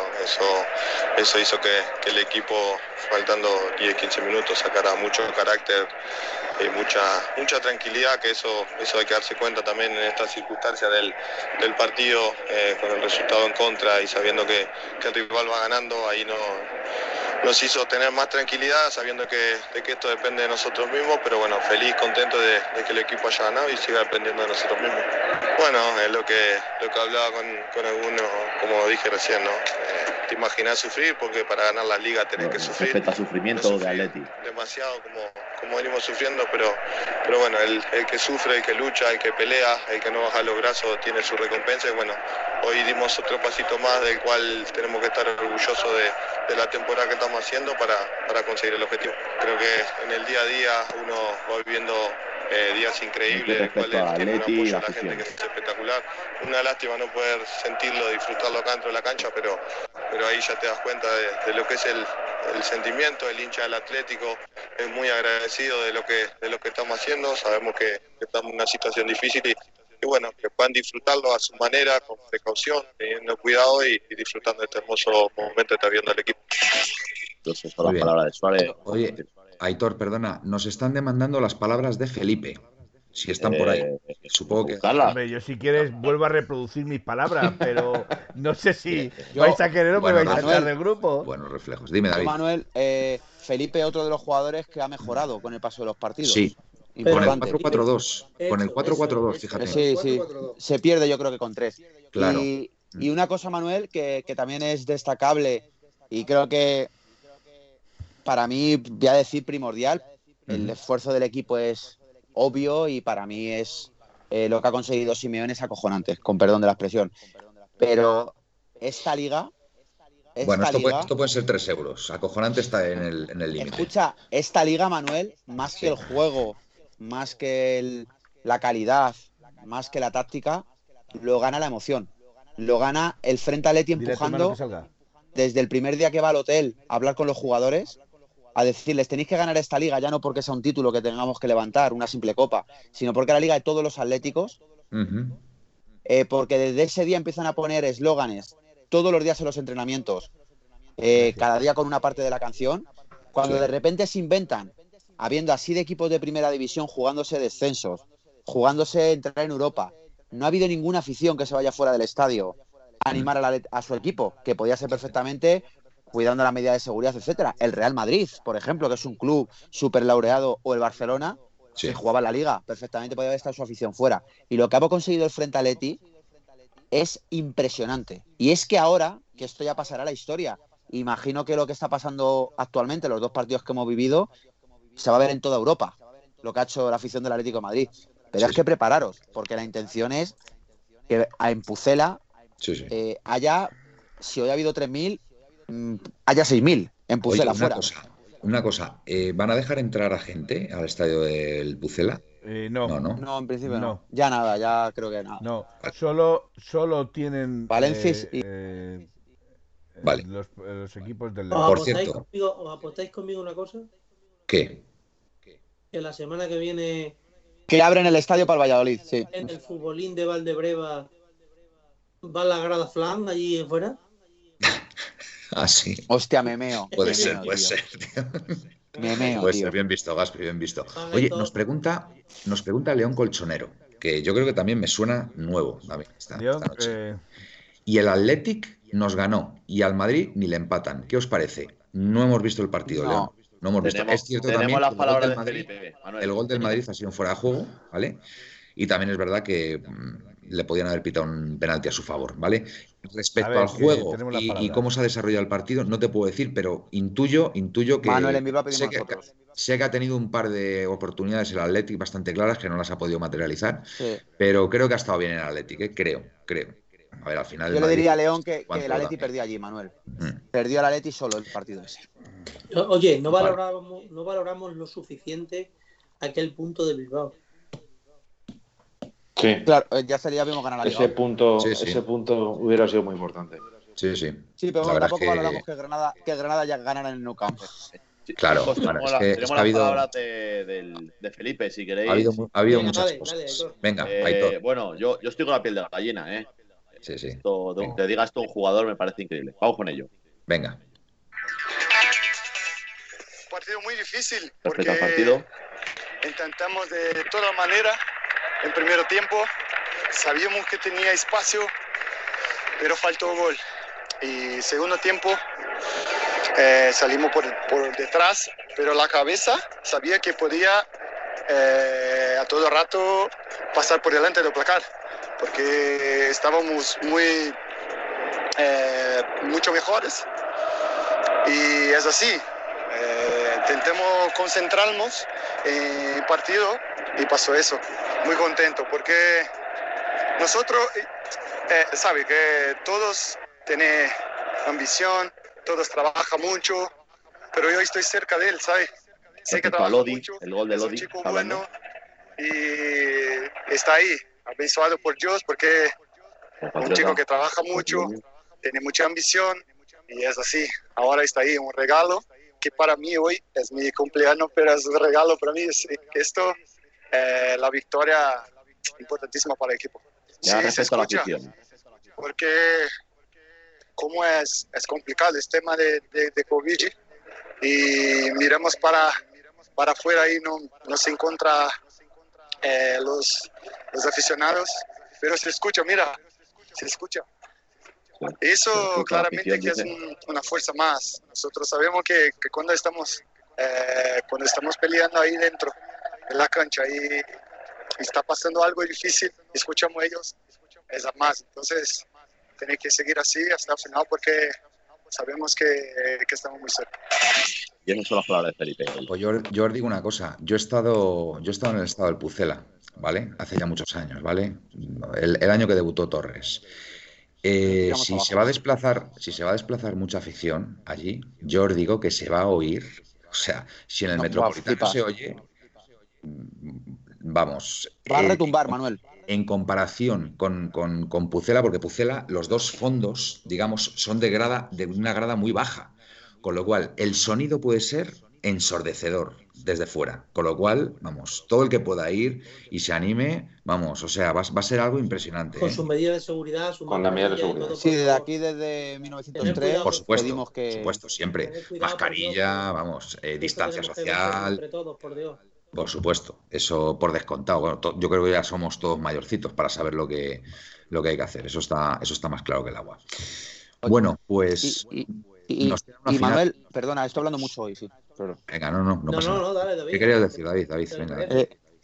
eso hizo que el equipo, faltando 10-15 minutos, sacara mucho carácter y mucha tranquilidad, que eso hay que darse cuenta también en esta circunstancia del partido, con el resultado en contra y sabiendo que el rival va ganando, ahí nos hizo tener más tranquilidad, sabiendo de que esto depende de nosotros mismos, pero bueno, feliz, contento de que el equipo haya ganado y siga dependiendo de nosotros mismos. Bueno, es lo que hablaba con algunos, como dije recién, ¿no? Te imaginas sufrir, porque para ganar la liga tenés que sufrir. Respecto al sufrimiento de Atleti. Demasiado como venimos sufriendo, pero bueno, el que sufre, el que lucha, el que pelea, el que no baja los brazos tiene su recompensa y bueno, hoy dimos otro pasito más del cual tenemos que estar orgullosos de la temporada que estamos haciendo para conseguir el objetivo. Creo que en el día a día uno va viviendo días increíbles, el cual tiene un apoyo a la gente que es espectacular. Una lástima no poder sentirlo, disfrutarlo acá dentro de la cancha, pero ahí ya te das cuenta de lo que es el sentimiento. El hincha del Atlético es muy agradecido de lo que estamos haciendo. Sabemos que estamos en una situación difícil y bueno, que puedan disfrutarlo a su manera, con precaución, teniendo cuidado y disfrutando de este hermoso momento que está viendo el equipo. Entonces, son las palabras de Suárez. Oye, Aitor, perdona, nos están demandando las palabras de Felipe, si están por ahí. Supongo que... Hombre, yo si quieres vuelvo a reproducir mis palabras, pero no sé si Yo- vais a querer o me vais a Manuel, echar del grupo. Buenos reflejos. Dime, David. Manuel, Felipe, otro de los jugadores que ha mejorado con el paso de los partidos. Sí, con el Importante. 4-4-2. Con el 4-4-2, fíjate. Sí, sí. Se pierde yo creo que con 3. Claro. Y una cosa, Manuel, que también es destacable y creo que para mí, voy a decir primordial, el esfuerzo del equipo es obvio y para mí es lo que ha conseguido Simeone es acojonante, con perdón de la expresión. Pero esta liga... Bueno, esto puede ser 3 euros. Acojonante está en el límite. Escucha, esta liga, Manuel, más que el juego, más que la calidad, más que la táctica, lo gana la emoción. Lo gana el Frente Atleti empujando desde el primer día que va al hotel a hablar con los jugadores, a decirles, tenéis que ganar esta liga, ya no porque sea un título que tengamos que levantar, una simple copa, sino porque es la liga de todos los atléticos, porque desde ese día empiezan a poner eslóganes todos los días en los entrenamientos, cada día con una parte de la canción, cuando de repente se inventan, habiendo así de equipos de primera división jugándose descensos, jugándose entrar en Europa, no ha habido ninguna afición que se vaya fuera del estadio a animar a su equipo, que podía ser perfectamente cuidando la medida de seguridad, etcétera. El Real Madrid, por ejemplo, que es un club súper laureado, o el Barcelona, que jugaba en la Liga, perfectamente podía haber estado su afición fuera. Y lo que ha conseguido el Frente Atleti es impresionante. Y es que ahora, que esto ya pasará a la historia, imagino que lo que está pasando actualmente, los 2 partidos que hemos vivido, se va a ver en toda Europa, lo que ha hecho la afición del Atlético de Madrid. Pero es que prepararos, porque la intención es que en Pucela haya, si hoy ha habido 3.000, haya 6.000 en Pucela. Oye, una cosa, ¿van a dejar entrar a gente al estadio del Pucela? No, en principio no. Ya nada, ya creo que nada. No, solo tienen Valencia vale. los equipos del... Por cierto. ¿Os apostáis conmigo una cosa? ¿Qué? Que la semana que viene... Que abren el estadio para el Valladolid, sí. En el futbolín de Valdebreva va la grada Flan allí afuera. Ah, sí. Hostia, memeo. Puede ser, tío. Me meo, Puede tío. ser, bien visto, Gaspi, bien visto. Oye, nos pregunta León Colchonero, que yo creo que también me suena nuevo, David, esta León, noche. Y el Athletic nos ganó y al Madrid ni le empatan. ¿Qué os parece? No hemos visto el partido, No. León. No hemos visto. Es cierto también Tenemos las que palabras de Felipe, Manuel. el gol del Madrid ha sido fuera de juego, ¿vale? Y también es verdad que le podían haber pitado un penalti a su favor, ¿vale? Respecto al juego y cómo se ha desarrollado el partido, no te puedo decir, pero intuyo que Manuel, en vivo pedimos nosotros. sé que ha tenido un par de oportunidades el Athletic bastante claras que no las ha podido materializar, Sí. pero creo que ha estado bien el Athletic, ¿eh? Creo. A ver, al final. Yo le diría a León que el Atleti perdió allí, Manuel. Perdió el Atleti solo el partido ese. Oye, no valoramos lo suficiente aquel punto de Bilbao. Sí. Claro, ya vimos ganar la Liga. Ese punto hubiera sido muy importante. Sí. Sí, pero bueno, tampoco valoramos que Granada ya ganara en el Nou Camp. Claro, pues tenemos las palabras de Felipe, si queréis. Ha habido muchas cosas. Venga, Aitor. Bueno, yo estoy con la piel de gallina, ¿eh? Sí. Que diga esto un jugador me parece increíble. Vamos con ello. Venga. Partido muy difícil Respecto al partido. Intentamos de toda manera en primer tiempo. Sabíamos que tenía espacio, pero faltó gol. Y segundo tiempo salimos por detrás, pero la cabeza sabía que podía a todo rato pasar por delante del placar, porque estábamos mucho mejores. Y es así. Intentemos concentrarnos en el partido y pasó eso. Muy contento porque nosotros, sabe que todos tienen ambición, todos trabajan mucho, pero yo estoy cerca de él, ¿sabe? Sé que trabaja mucho, el gol de Lodi, es un chico bueno y está ahí, abençoado por Dios porque es un chico que trabaja mucho, tiene mucha ambición y es así. Ahora está ahí, un regalo que para mí hoy es mi cumpleaños, pero es un regalo para mí. Esto, la victoria importantísima para el equipo. Ya respecto a la afición. Porque como es complicado el tema de COVID y miramos para afuera y no se encuentra los aficionados, pero se escucha, mira, se escucha. Eso claramente que es una fuerza más. Nosotros sabemos que cuando estamos peleando ahí dentro en la cancha y está pasando algo difícil, escuchamos a ellos, es a más. Entonces, tiene que seguir así hasta el final porque sabemos que estamos muy cerca. Y esas son las palabras de Felipe. Pues yo os digo una cosa. Yo he estado en el estado del Pucela, ¿vale? Hace ya muchos años, ¿vale? El año que debutó Torres. Si se va a desplazar mucha afición allí, yo os digo que se va a oír. O sea, si en el Metropolitano se oye, vamos. Va a retumbar, Manuel. En comparación con Pucela, porque Pucela, los dos fondos, digamos, son de una grada muy baja. Con lo cual, el sonido puede ser ensordecedor desde fuera. Con lo cual, vamos, todo el que pueda ir y se anime, vamos, o sea, va a ser algo impresionante. Con sus medidas de seguridad, con la medida de seguridad. Sí, desde aquí, desde 1903, por supuesto, pedimos que... por supuesto, siempre. Mascarilla, vamos, distancia social. Entre todos, por Dios. Por supuesto, eso por descontado. Bueno, yo creo que ya somos todos mayorcitos para saber lo que hay que hacer. Eso está más claro que el agua. Bueno, pues... Y Manuel, perdona, estoy hablando mucho hoy, sí. Pero... Venga, no pasa nada. No, dale, David. ¿Qué querías decir, David? Venga.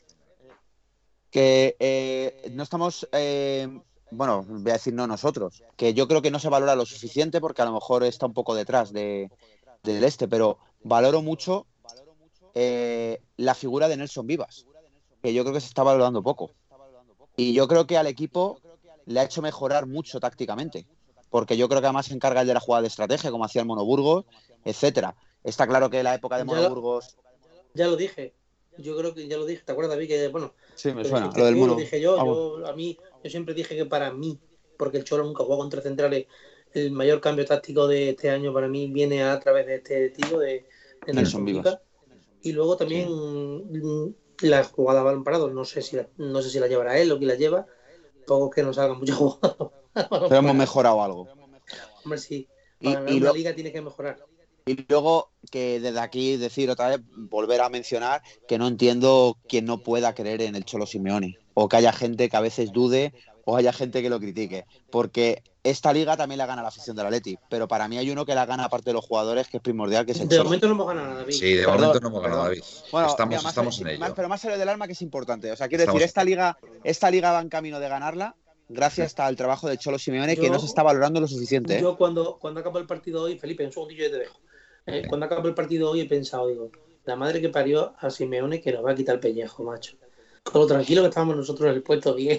Que no estamos, bueno, voy a decir no nosotros, que yo creo que no se valora lo suficiente porque a lo mejor está un poco detrás del pero valoro mucho la figura de Nelson Vivas, que yo creo que se está valorando poco. Y yo creo que al equipo le ha hecho mejorar mucho tácticamente. Porque yo creo que además se encarga el de la jugada de estrategia, como hacía el Mono Burgos, etcétera. Está claro que la época de Mono Burgos... Ya lo dije. Yo creo que ya lo dije. ¿Te acuerdas, David? Que, bueno, sí, me suena. Lo del Mono. Lo dije yo siempre dije que para mí, porque el Cholo nunca jugó contra centrales, el mayor cambio táctico de este año para mí viene a través de este tío de Nelson Vivas. Y luego también la jugada a balón parado. No sé si la llevará él o quién la lleva. Poco que no salgan muchas jugadas. Pero hemos mejorado algo. Hombre, sí. Para y la liga tiene que mejorar. Y luego, que desde aquí decir otra vez, volver a mencionar que no entiendo quien no pueda creer en el Cholo Simeone, o que haya gente que a veces dude, o haya gente que lo critique, porque esta liga también la gana la afición del Atleti, pero para mí hay uno que la gana aparte de los jugadores, que es primordial, que es el De Cholo. momento no hemos ganado nada, David. Sí, de Perdón, momento no hemos ganado, perdón. David. Bueno, Estamos, mira, estamos en ello. pero más allá del alma, que es importante. O sea, quiero Estamos decir, esta liga va en camino de ganarla gracias al trabajo de Cholo Simeone, que Yo- no se está valorando lo suficiente. Yo cuando acabó el partido hoy, Felipe, un segundillo y te dejo. Cuando acabó el partido hoy he pensado, digo, la madre que parió a Simeone que nos va a quitar el pellejo, macho. Con lo tranquilo que estábamos nosotros en el puesto 10.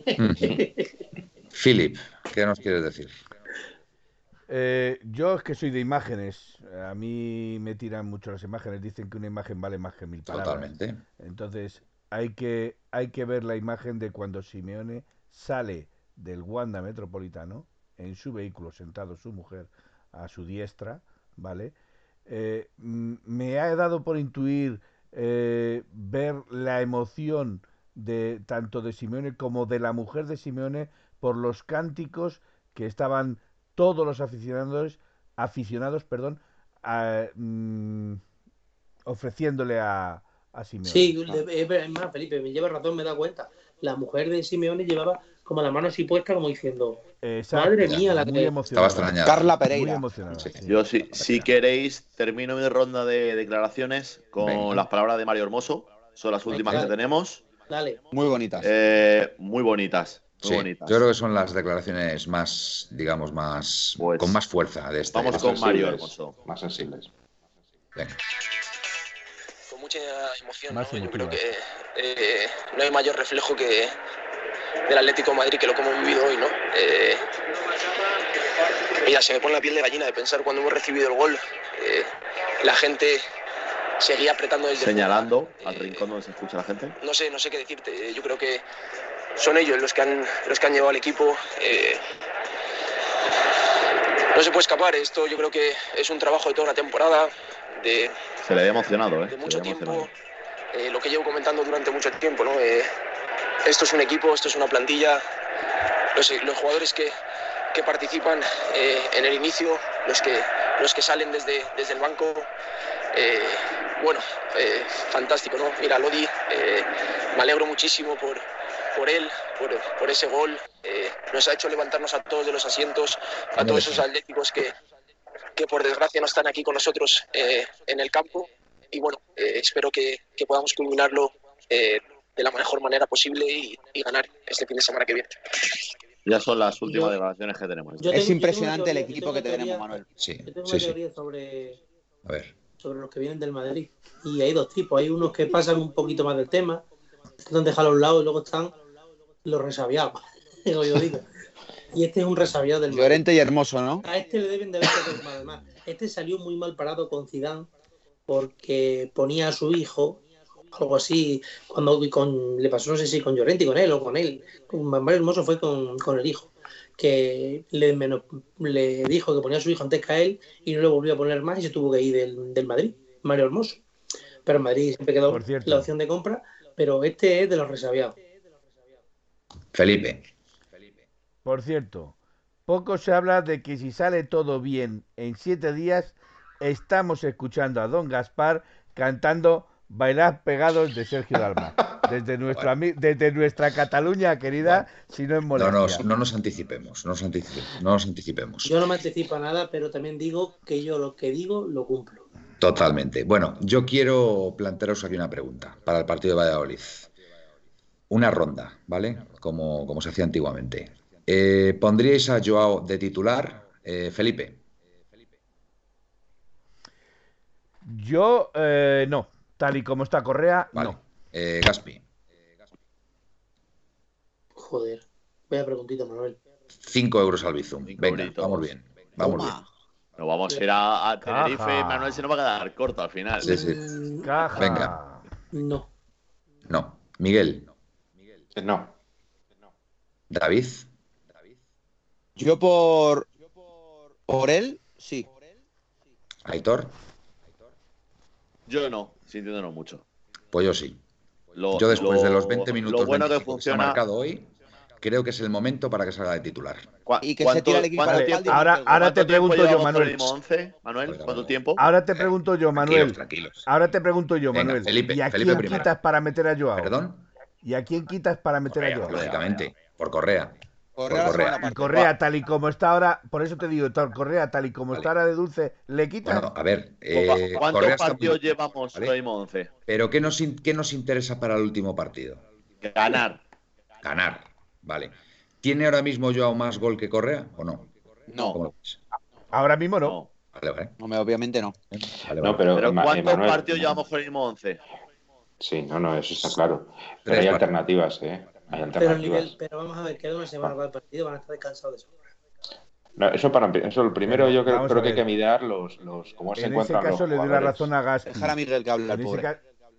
Philip, ¿qué nos quieres decir? Yo es que soy de imágenes. A mí me tiran mucho las imágenes. Dicen que una imagen vale más que 1000 palabras. Totalmente. Entonces hay que ver la imagen de cuando Simeone sale del Wanda Metropolitano en su vehículo, sentado su mujer a su diestra, ¿vale? Me ha dado por intuir ver la emoción de tanto de Simeone como de la mujer de Simeone por los cánticos que estaban todos los aficionados, ofreciéndole a Simeone. Sí, es más, Felipe, me lleva razón, me da cuenta. La mujer de Simeone llevaba como la mano así puesta, como diciendo, Exacto, madre mía, la muy que... emocionada. Estaba extrañada. Carla Muy Pereira. emocionada. Sí. Sí. Yo, si queréis, termino mi ronda de declaraciones con Venga. las palabras de Mario Hermoso. Son las últimas Venga. que tenemos. Dale. Muy bonitas. Muy bonitas. Muy Sí, bonitas. yo creo que son las declaraciones más, digamos, más Pues, con más fuerza de este. vamos de con este- Mario sensibles, Hermoso. Más sensibles. Venga. Con mucha emoción, Más ¿no? Yo creo emotiva. que no hay mayor reflejo que del Atlético de Madrid que lo que hemos vivido hoy, ¿no? Mira, se me pone la piel de gallina de pensar cuando hemos recibido el gol. La gente seguía apretando desde Señalando fuera. al rincón donde se escucha la gente. No sé qué decirte. Yo creo que son ellos los que han llevado al equipo. No se puede escapar. Esto yo creo que es un trabajo de toda una temporada, de Se le había emocionado, ¿eh? de Se mucho le había tiempo, emocionado. lo que llevo comentando durante mucho tiempo, ¿no? Esto es un equipo, esto es una plantilla, los jugadores que participan en el inicio, los que salen desde el banco, fantástico, ¿no? Mira, Lodi, me alegro muchísimo por él, por ese gol, nos ha hecho levantarnos a todos de los asientos, a todos esos atléticos que por desgracia no están aquí con nosotros en el campo, y bueno, espero que podamos culminarlo de la mejor manera posible y ganar este fin de semana que viene. Ya son las últimas Yo- declaraciones que tenemos. Es impresionante el equipo que tenemos, teoría, Manuel. Sí, Yo tengo sí, una sí. teoría sobre A ver. los que vienen del Madrid. Y hay dos tipos. Hay unos que pasan un poquito más del tema, intentan dejarlo a un lado, y luego están los resabiados, como yo digo. Y este es un resabiado del Madrid. Llorente y Hermoso, ¿no? A este le deben de haber tocado mal. Además, este salió muy mal parado con Zidane porque ponía a su hijo, algo así, le pasó, no sé si con Llorente y con él o con él. Con Mario Hermoso fue con el hijo, que le dijo que ponía a su hijo antes que a él y no le volvió a poner más y se tuvo que ir del Madrid, Mario Hermoso. Pero en Madrid siempre quedó Por cierto. la opción de compra, pero este es de los resabiados. Felipe. Por cierto, poco se habla de que si sale todo bien en 7 días, estamos escuchando a Don Gaspar cantando Bailar pegados de Sergio Dalma. Desde nuestra Cataluña querida, si no es molestia. No nos anticipemos, no nos anticipemos. Yo no me anticipo a nada, pero también digo que yo lo que digo lo cumplo. Totalmente. Bueno, yo quiero plantearos aquí una pregunta para el partido de Valladolid. Una ronda, ¿vale? Como se hacía antiguamente. ¿Pondríais a Joao de titular? Felipe. Yo, no. Tal y como está Correa, Vale. no. Gaspi. Joder, vaya preguntita, Manuel. 5 euros al Bizum. Venga, euritos. vamos bien. Vamos bien. Toma. Nos vamos a ir a Tenerife. Caja. Manuel se nos va a quedar corto al final. Sí, sí. Caja. Venga. No. No. Miguel. No. David. Yo por él, sí. Aitor. Yo no, sintiéndonos mucho. Pues yo sí. Lo- Yo después lo- de los 20 minutos lo bueno que 25 que se ha funciona, marcado hoy, creo que es el momento para que salga de titular. Y que se tire el equipo Vale, al ahora te pregunto yo, Manuel. Manuel, ¿cuánto tiempo? Ahora te pregunto yo, Manuel. Tranquilos. Ahora te pregunto yo, Venga, Manuel. Felipe, ¿Y a Felipe quién primero. quitas para meter a Joao? ¿Perdón? ¿Y a quién quitas para meter a Joao? Lógicamente, por Correa. Y Correa, tal y como está ahora, por eso te digo, Correa, tal y como está ahora de dulce, ¿le quitas? Bueno, a ver, ¿Cuántos Correa está partidos muy... llevamos ¿vale? ahora mismo 11? Pero ¿qué nos interesa para el último partido? Ganar. Ganar, vale. ¿Tiene ahora mismo Joao más gol que Correa o no? No. ¿Cómo lo ves? Ahora mismo no. Vale. No, obviamente no. Vale. No, pero ¿cuántos Manuel, partidos llevamos con el mismo 11? Sí, no, eso está claro. Pero hay alternativas, ¿eh? Hay alternativas. Pero vamos a ver, queda una semana para el partido, van a estar descansados de sobra. No, eso el primero yo creo que hay que mirar los cómo se En ese encuentran caso los le doy la jugadores. razón a Gaspi. Dejar a Miguel que hable al pobre.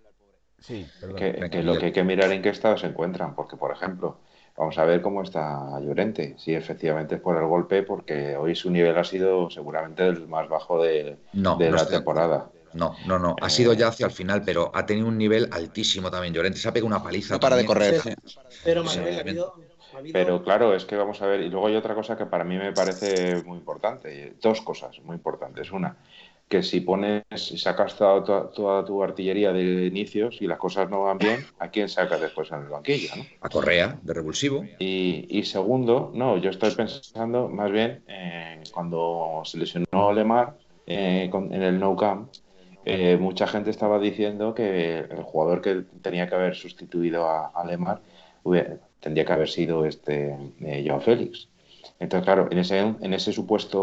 Sí, perdón. Que lo que hay que mirar en qué estado se encuentran, porque por ejemplo, vamos a ver cómo está Llorente, si efectivamente es por el golpe, porque hoy su nivel ha sido seguramente el más bajo de la temporada. No. Ha sido ya hacia el final, pero ha tenido un nivel altísimo también. Llorente se ha pegado una paliza. No para de correr. Pero Manuel, ha habido... Pero claro, es que vamos a ver, y luego hay otra cosa que para mí me parece muy importante, dos cosas muy importantes. Una, que si sacas toda tu artillería de inicios y las cosas no van bien, ¿a quién sacas después en el banquillo? ¿No? A Correa, de revulsivo. Y segundo, yo estoy pensando más bien cuando se lesionó Lemar en el Nou Camp, mucha gente estaba diciendo que el jugador que tenía que haber sustituido a Lemar tendría que haber sido Joao Félix. Entonces, claro, en ese supuesto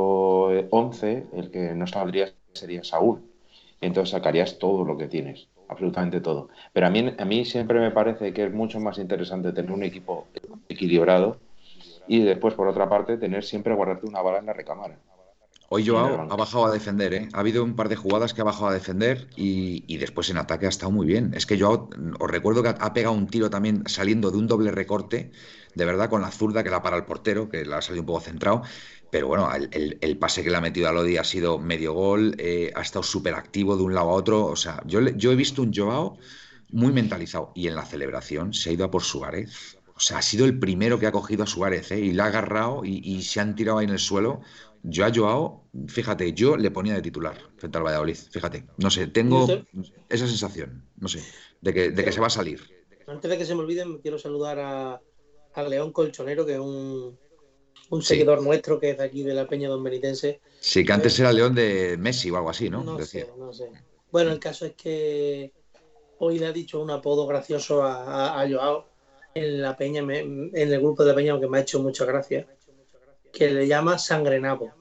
11, el que no saldría sería Saúl. Y entonces sacarías todo lo que tienes, absolutamente todo. Pero a mí siempre me parece que es mucho más interesante tener un equipo equilibrado y después, por otra parte, tener siempre guardarte una bala en la recámara. Hoy Joao ha bajado a defender, ¿eh? Ha habido un par de jugadas que ha bajado a defender y después en ataque ha estado muy bien. Es que Joao, os recuerdo que ha pegado un tiro también saliendo de un doble recorte, de verdad, con la zurda que la para el portero, que la ha salido un poco centrado. Pero bueno, el pase que le ha metido a Lodi ha sido medio gol, ha estado súper activo de un lado a otro. O sea, yo he visto un Joao muy mentalizado y en la celebración se ha ido a por Suárez. O sea, ha sido el primero que ha cogido a Suárez, ¿eh? Y le ha agarrado y se han tirado ahí en el suelo. Yo a Joao, fíjate, yo le ponía de titular frente al Valladolid, fíjate. No sé, tengo esa sensación, no sé, de que se va a salir. Antes de que se me olviden, quiero saludar a León Colchonero, que es un seguidor nuestro que es de aquí de la Peña Don Benitense. Sí, que antes era León de Messi o algo así, ¿no? No sé. Bueno, el caso es que hoy le ha dicho un apodo gracioso a Joao en la Peña, en el grupo de la Peña, aunque me ha hecho mucha gracia, que le llama Sangrenabo.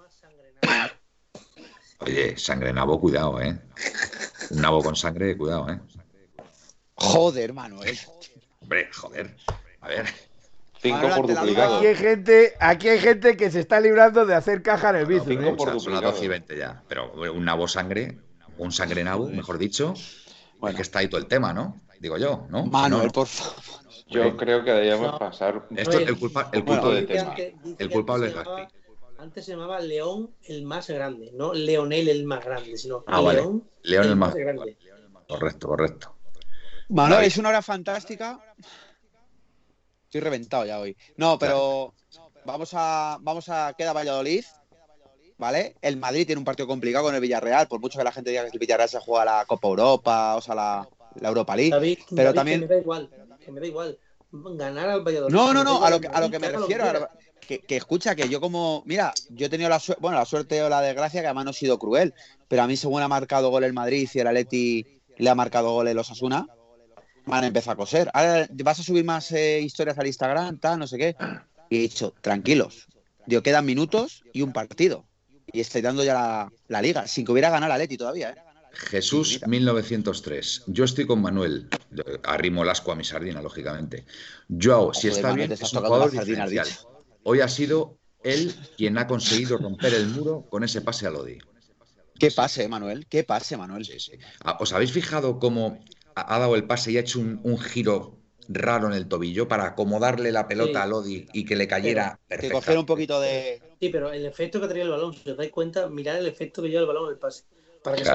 Oye, Sangrenabo, cuidado, ¿eh? Un nabo con sangre, cuidado, ¿eh? Joder, Manuel. Hombre, joder. A ver. 5 por duplicado. Aquí hay gente que se está librando de hacer caja en el bici. 5 por Son las 12 y 20 ya. Pero un nabo sangre, un sangrenabo, mejor dicho, es que está ahí todo el tema, ¿no? Digo yo, ¿no? Manuel, no. por favor. Yo creo que deberíamos pasar. Esto es el culpable es Gaspi. Antes se llamaba León el más grande, no Leonel el más grande, sino León el más grande. Correcto. Manuel, es una hora fantástica. Estoy reventado ya hoy. No, pero vamos a queda Valladolid, ¿vale? El Madrid tiene un partido complicado con el Villarreal, por mucho que la gente diga que el Villarreal se juega la Copa Europa, o sea, la Europa League. David, también que me da igual. Ganar al Valladolid. No, a lo que me refiero. Que escucha, que yo yo he tenido la suerte o la desgracia que además no he sido cruel, pero a mí según ha marcado gol el Madrid y el Atleti le ha marcado gol el Osasuna, me han empezado a coser. Ahora vas a subir más historias al Instagram, tal, no sé qué. Y he dicho, tranquilos, quedan minutos y un partido. Y estoy dando ya la liga, sin que hubiera ganado el Atleti todavía, ¿eh? Jesús 1903. Yo estoy con Manuel. Arrimo el asco a mi sardina, lógicamente. Joao, si está bien, es un jugador diferencial. Hoy ha sido él quien ha conseguido romper el muro con ese pase a Lodi. ¿Qué pase, Manuel? Sí. ¿Os habéis fijado cómo ha dado el pase y ha hecho un giro raro en el tobillo para acomodarle la pelota a Lodi y que le cayera perfectamente? Que cogiera un poquito de... Sí, pero el efecto que traía el balón, si os dais cuenta, mirad el efecto que lleva el balón en el pase.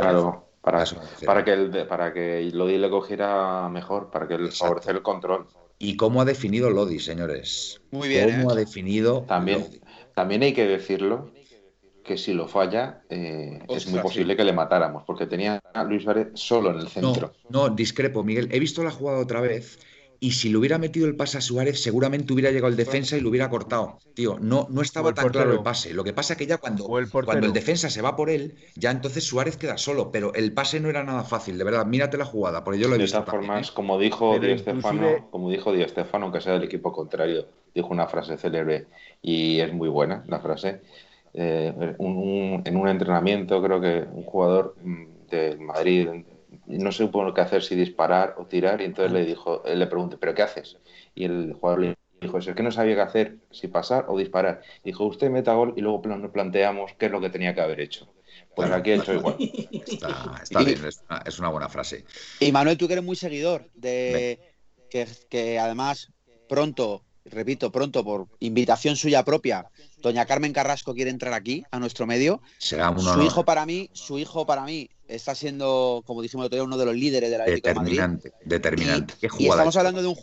Para que Lodi le cogiera mejor, para que favorecer el control. Y cómo ha definido Lodi, señores. Muy bien, Cómo ha definido Lodi. También hay que decirlo que si lo falla, es muy posible que le matáramos, porque tenía a Luis Suárez solo en el centro. No, discrepo, Miguel. He visto la jugada otra vez y si le hubiera metido el pase a Suárez, seguramente hubiera llegado el defensa y lo hubiera cortado. Tío, no estaba tan claro el pase. Lo que pasa es que ya cuando el defensa se va por él, ya entonces Suárez queda solo, pero el pase no era nada fácil, de verdad. Mírate la jugada, porque yo lo he visto. De todas formas, como dijo Di Stéfano, aunque sea del equipo contrario, dijo una frase célebre y es muy buena la frase. En un entrenamiento, creo que un jugador del Madrid no supo qué hacer, si disparar o tirar, y entonces él le preguntó, ¿pero qué haces? Y el jugador le dijo, es que no sabía qué hacer, si pasar o disparar. Dijo, usted meta gol y luego nos planteamos qué es lo que tenía que haber hecho. Pues aquí he hecho igual. Está bien, es una buena frase. Y Manuel, tú que eres muy seguidor de que además pronto, por invitación suya propia, doña Carmen Carrasco quiere entrar aquí, a nuestro medio. Será un honor. Su hijo para mí está siendo, como dijimos el otro día, uno de los líderes del Atlético de Madrid. Determinante. Y estamos hablando de un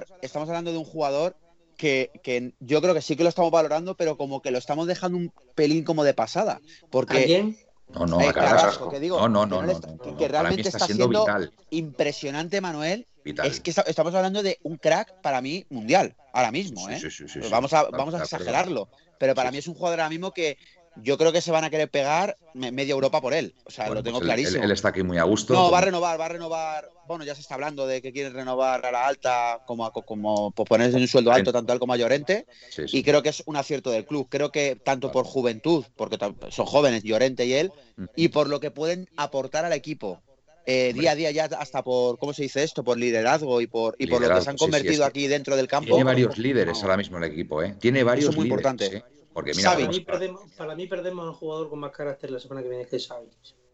jugador que yo creo que sí que lo estamos valorando, pero como que lo estamos dejando un pelín como de pasada. Porque, ¿a quién? A Carrasco. Que digo, que realmente está siendo vital. Impresionante, Manuel. Vital. Es que estamos hablando de un crack para mí mundial, ahora mismo, ¿eh? Sí. Vamos a exagerarlo, pero para mí es un jugador ahora mismo que yo creo que se van a querer pegar media Europa por él. O sea, lo tengo clarísimo. Él está aquí muy a gusto. No, va a renovar. Bueno, ya se está hablando de que quiere renovar a la alta, como ponerse un sueldo alto, tanto a él como a Llorente. Sí. Y creo que es un acierto del club. Creo que tanto por juventud, porque son jóvenes, Llorente y él, y por lo que pueden aportar al equipo. Día a día ya hasta por, ¿cómo se dice esto? Por liderazgo y por lo que se han convertido aquí dentro del campo. Tiene varios líderes ahora mismo el equipo, ¿eh? Tiene varios líderes. Muy importante. Porque mira, para mí perdemos al jugador con más carácter la semana que viene, que es Xavi.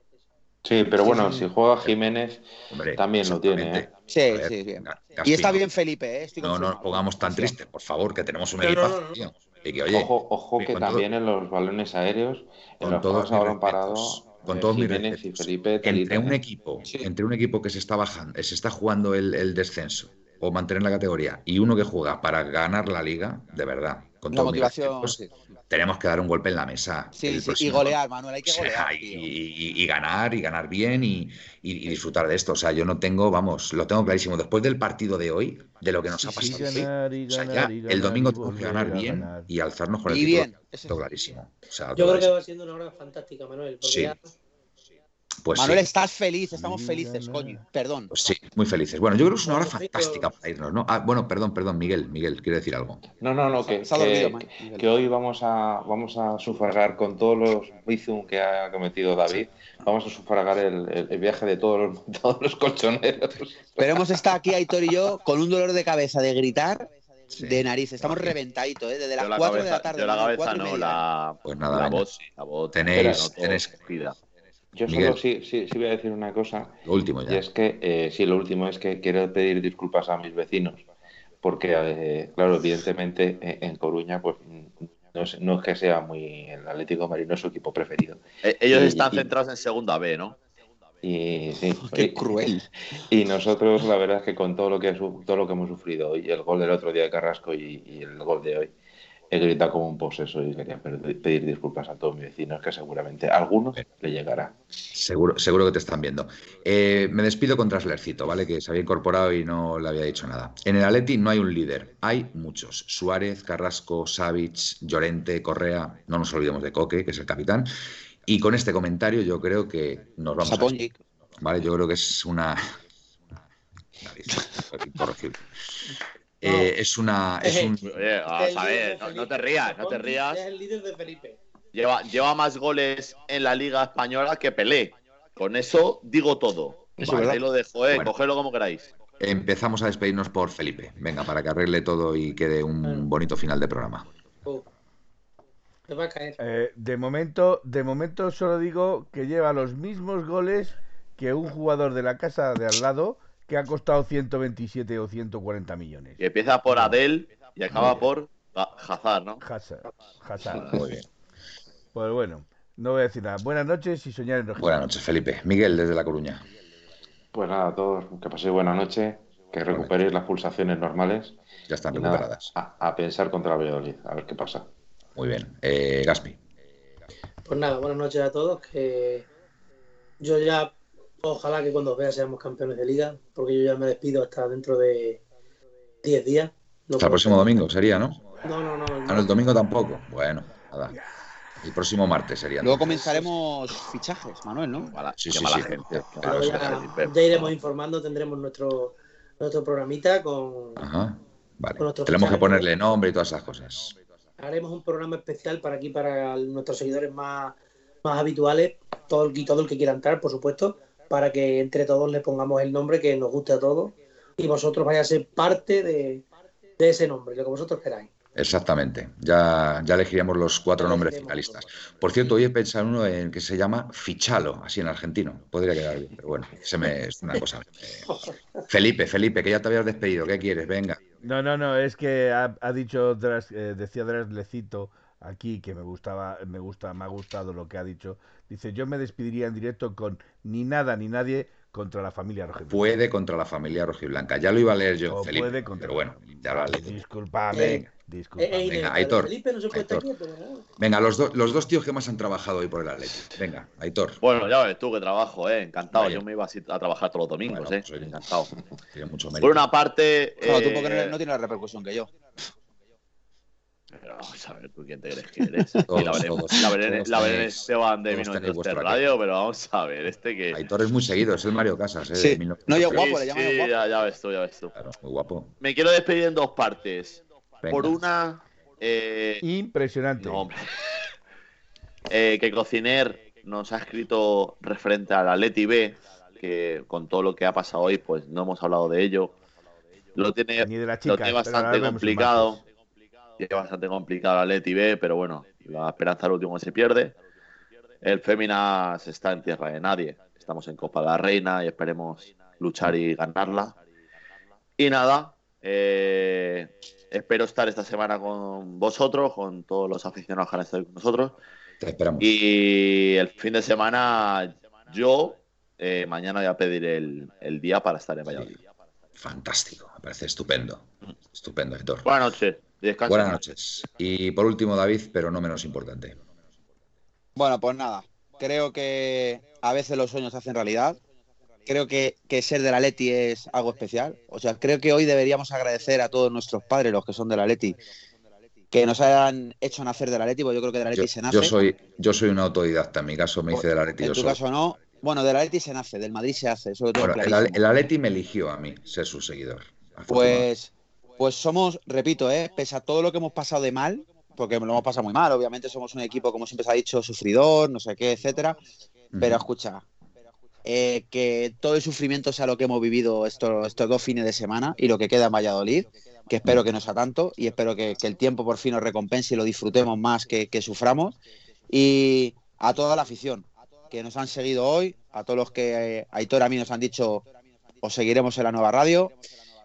Sí, pero bueno, si juega Jiménez, también lo tiene, ¿eh? Sí. Y está bien Felipe, ¿eh? No nos pongamos tan tristes, por favor, que tenemos un equipazo, tío. Y que, oye, ojo que también en los balones aéreos, en los juegos a balón parado, con todos mis Jiménez y Felipe entre un equipo que se está jugando el descenso o mantener la categoría y uno que juega para ganar la liga, de verdad, con la motivación, tenemos que dar un golpe en la mesa. Y golear, Manuel, hay que golear. Y ganar bien y disfrutar de esto. O sea, yo no tengo, lo tengo clarísimo. Después del partido de hoy, de lo que nos ha pasado el domingo tenemos que ganar bien y alzarnos con el título. Esto clarísimo. O sea, yo creo que va siendo una hora fantástica, Manuel. Pues Manuel, estás feliz, estamos felices, coño. Perdón. Pues sí, muy felices. Bueno, yo creo que es una hora fantástica para irnos, ¿no? Bueno, perdón, Miguel, quiere decir algo. No, que hoy vamos a sufragar con todos los bizum que ha cometido David, vamos a sufragar el viaje de todos los colchoneros. Pero hemos estado aquí, Aitor y yo, con un dolor de cabeza de gritar. De nariz, estamos reventaditos, ¿eh? Desde las 4 de la tarde. Yo la cabeza no, la voz. Tenéis Yo solo sí voy a decir una cosa. Lo último ya. Y es que, lo último es que quiero pedir disculpas a mis vecinos, porque, claro, evidentemente en Coruña, pues no es que sea muy el Atlético de Madrid, no es su equipo preferido. Ellos están centrados en segunda B, ¿no? Y sí, qué cruel. Y nosotros, la verdad es que con todo lo que hemos sufrido hoy, el gol del otro día de Carrasco y el gol de hoy, he gritado como un poseso y quería pedir disculpas a todos mis vecinos, que seguramente a algunos le llegará. Seguro que te están viendo. Me despido con Traslercito, ¿vale? Que se había incorporado y no le había dicho nada. En el Atleti no hay un líder, hay muchos. Suárez, Carrasco, Savic, Llorente, Correa, no nos olvidemos de Coque, que es el capitán. Y con este comentario yo creo que nos vamos ¿vale? Yo creo que es una... Incorregible. Oye, vamos a ver, no te rías. Es el líder de Felipe. Lleva más goles en la Liga Española que Pelé. Con eso digo todo. Ahí lo dejo, cogedlo como queráis. Empezamos a despedirnos por Felipe. Venga, para que arregle todo y quede un bonito final de programa. Te va a caer. De momento solo digo que lleva los mismos goles que un jugador de la casa de al lado que ha costado 127 o 140 millones. Y empieza por Adel y acaba por Hazard, ¿no? Hazard. Muy bien. Pues bueno, no voy a decir nada. Buenas noches y soñar en rojo. Buenas noches, Felipe. Miguel, desde La Coruña. Pues nada, a todos, que paséis buena noche Que recuperéis las pulsaciones normales. Ya están y nada, recuperadas. a pensar contra Valladolid, a ver qué pasa. Muy bien. Gaspi. Pues nada, buenas noches a todos. Que yo ya, ojalá que cuando os vea seamos campeones de liga, porque yo ya me despido hasta dentro de 10 días. No Hasta el puedo próximo ser. domingo sería, ¿no? No, el Ah, no, el martes. domingo tampoco. Bueno, nada. El próximo martes sería. Luego entonces. comenzaremos fichajes, Manuel, ¿no? Sí, Qué sí, mala sí. gente. Qué El mala Luego próximo- gente, ya, Pep. ya iremos informando, tendremos nuestro programita con Ajá. Vale. nuestros Tenemos que fichajes. ponerle nombre y todas esas cosas. Haremos un programa especial para nuestros seguidores más habituales, todo el que quiera entrar, por supuesto, para que entre todos le pongamos el nombre que nos guste a todos y vosotros vayáis a ser parte de ese nombre, lo que vosotros queráis. Exactamente. Ya elegiremos los 4 Ya nombres elegiremos finalistas. nosotros. Por cierto, hoy he pensado en uno en que se llama Fichalo, así en argentino. Podría quedar bien, pero bueno, es una cosa. Felipe, que ya te habías despedido. ¿Qué quieres? Venga. No, es que ha dicho, decía Draslecito aquí que me ha gustado lo que ha dicho. Dice, yo me despediría en directo con ni nada ni nadie contra la familia rojiblanca. Puede contra la familia rojiblanca. Ya lo iba a leer yo, O Felipe, puede contra pero bueno, ya lo has leído. Discúlpame. Venga, Venga, Aitor. Felipe no se puede estar Aitor. quieto, ¿no? Venga, los dos tíos que más han trabajado hoy por el Atlético. Venga, Aitor. Bueno, ya ves tú que trabajo, encantado. Vaya. Yo me iba así a trabajar todos los domingos, Bueno, pues, oye, encantado. Tiene mucho Por mérito. una parte. Claro, tú porque no tienes la repercusión que yo. Pero vamos a ver, ¿tú quién te crees que eres? Todos, Y la Belén todos Esteban de todos tenéis 1903 vuestro Radio, aquello. pero vamos a ver, que. Aitor es muy seguido, es el Mario Casas, Sí. de 1903. No, y es Sí, guapo, le llaman sí, guapo. ya ves tú. Claro, muy guapo. Me quiero despedir en 2 partes. Venga. Por una. Impresionante. No, hombre. Que Cociner nos ha escrito referente al Atleti B, que con todo lo que ha pasado hoy, pues no hemos hablado de ello. Lo tiene, Ni de las lo chicas. tiene pero bastante ahora vemos el complicado. martes. Tiene bastante complicado el Atleti B, pero bueno, la esperanza al último se pierde. El Féminas está en tierra de nadie. Estamos en Copa de la Reina y esperemos luchar y ganarla. Y nada, espero estar esta semana con vosotros, con todos los aficionados que han estado con nosotros. Te esperamos. Y el fin de semana yo mañana voy a pedir el día para estar en Valladolid. Fantástico, me parece estupendo. Estupendo, Aitor. Buenas noches. Descansa. Buenas noches. Y por último, David, pero no menos importante. Bueno, pues nada. Creo que a veces los sueños se hacen realidad. Creo que ser del Atleti es algo especial. O sea, creo que hoy deberíamos agradecer a todos nuestros padres, los que son del Atleti, que nos hayan hecho nacer del Atleti, porque yo creo que del Atleti se nace. Yo soy un autodidacta, en mi caso me hice del Atleti En yo tu solo. caso no. Bueno, del Atleti se nace, del Madrid se hace, eso lo tengo Bueno, clarísimo. el Atleti me eligió a mí ser su seguidor. afortunadamente. Pues somos, repito, pese a todo lo que hemos pasado de mal, porque lo hemos pasado muy mal, obviamente somos un equipo, como siempre se ha dicho, sufridor, no sé qué, etcétera, pero escucha, que todo el sufrimiento sea lo que hemos vivido estos 2 fines de semana y lo que queda en Valladolid, que espero que no sea tanto y espero que el tiempo por fin nos recompense y lo disfrutemos más que suframos, y a toda la afición que nos han seguido hoy, a todos los que Aitor a mí nos han dicho os seguiremos en la nueva radio,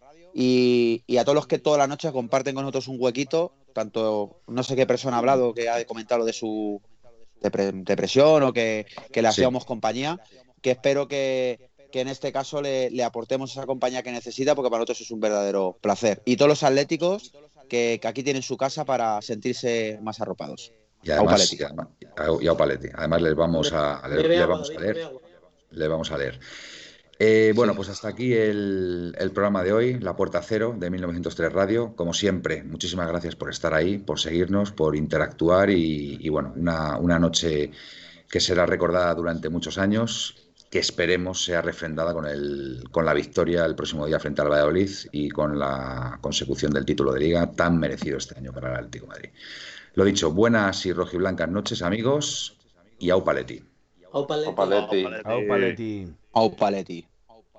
y a todos los que toda la noche comparten con nosotros un huequito, tanto no sé qué persona ha hablado que ha comentado lo de su depresión o que le hacíamos compañía, que espero que en este caso le aportemos esa compañía que necesita, porque para nosotros es un verdadero placer. Y todos los atléticos que aquí tienen su casa para sentirse más arropados. Y además, y a Opaletti. Además le vamos a leer. Bueno, pues hasta aquí el programa de hoy, La Puerta Cero de 1903 Radio. Como siempre, muchísimas gracias por estar ahí, por seguirnos, por interactuar y bueno, una noche que será recordada durante muchos años, que esperemos sea refrendada con la victoria el próximo día frente al Valladolid y con la consecución del título de Liga tan merecido este año para el Atlético de Madrid. Lo dicho, buenas y rojiblancas noches, amigos, y au Paletti. Au Paletti. Au Paletti. Au Paletti.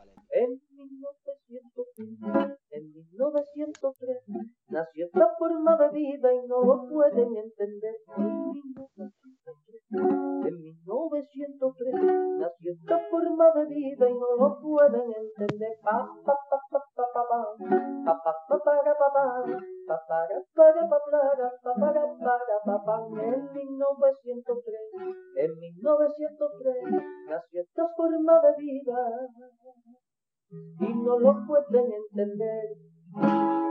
En 1903 nació esta forma de vida y no lo pueden entender. En 1903 nació esta forma de vida y no lo pueden entender. En 1903 nació esta forma de vida. y no lo pueden entender.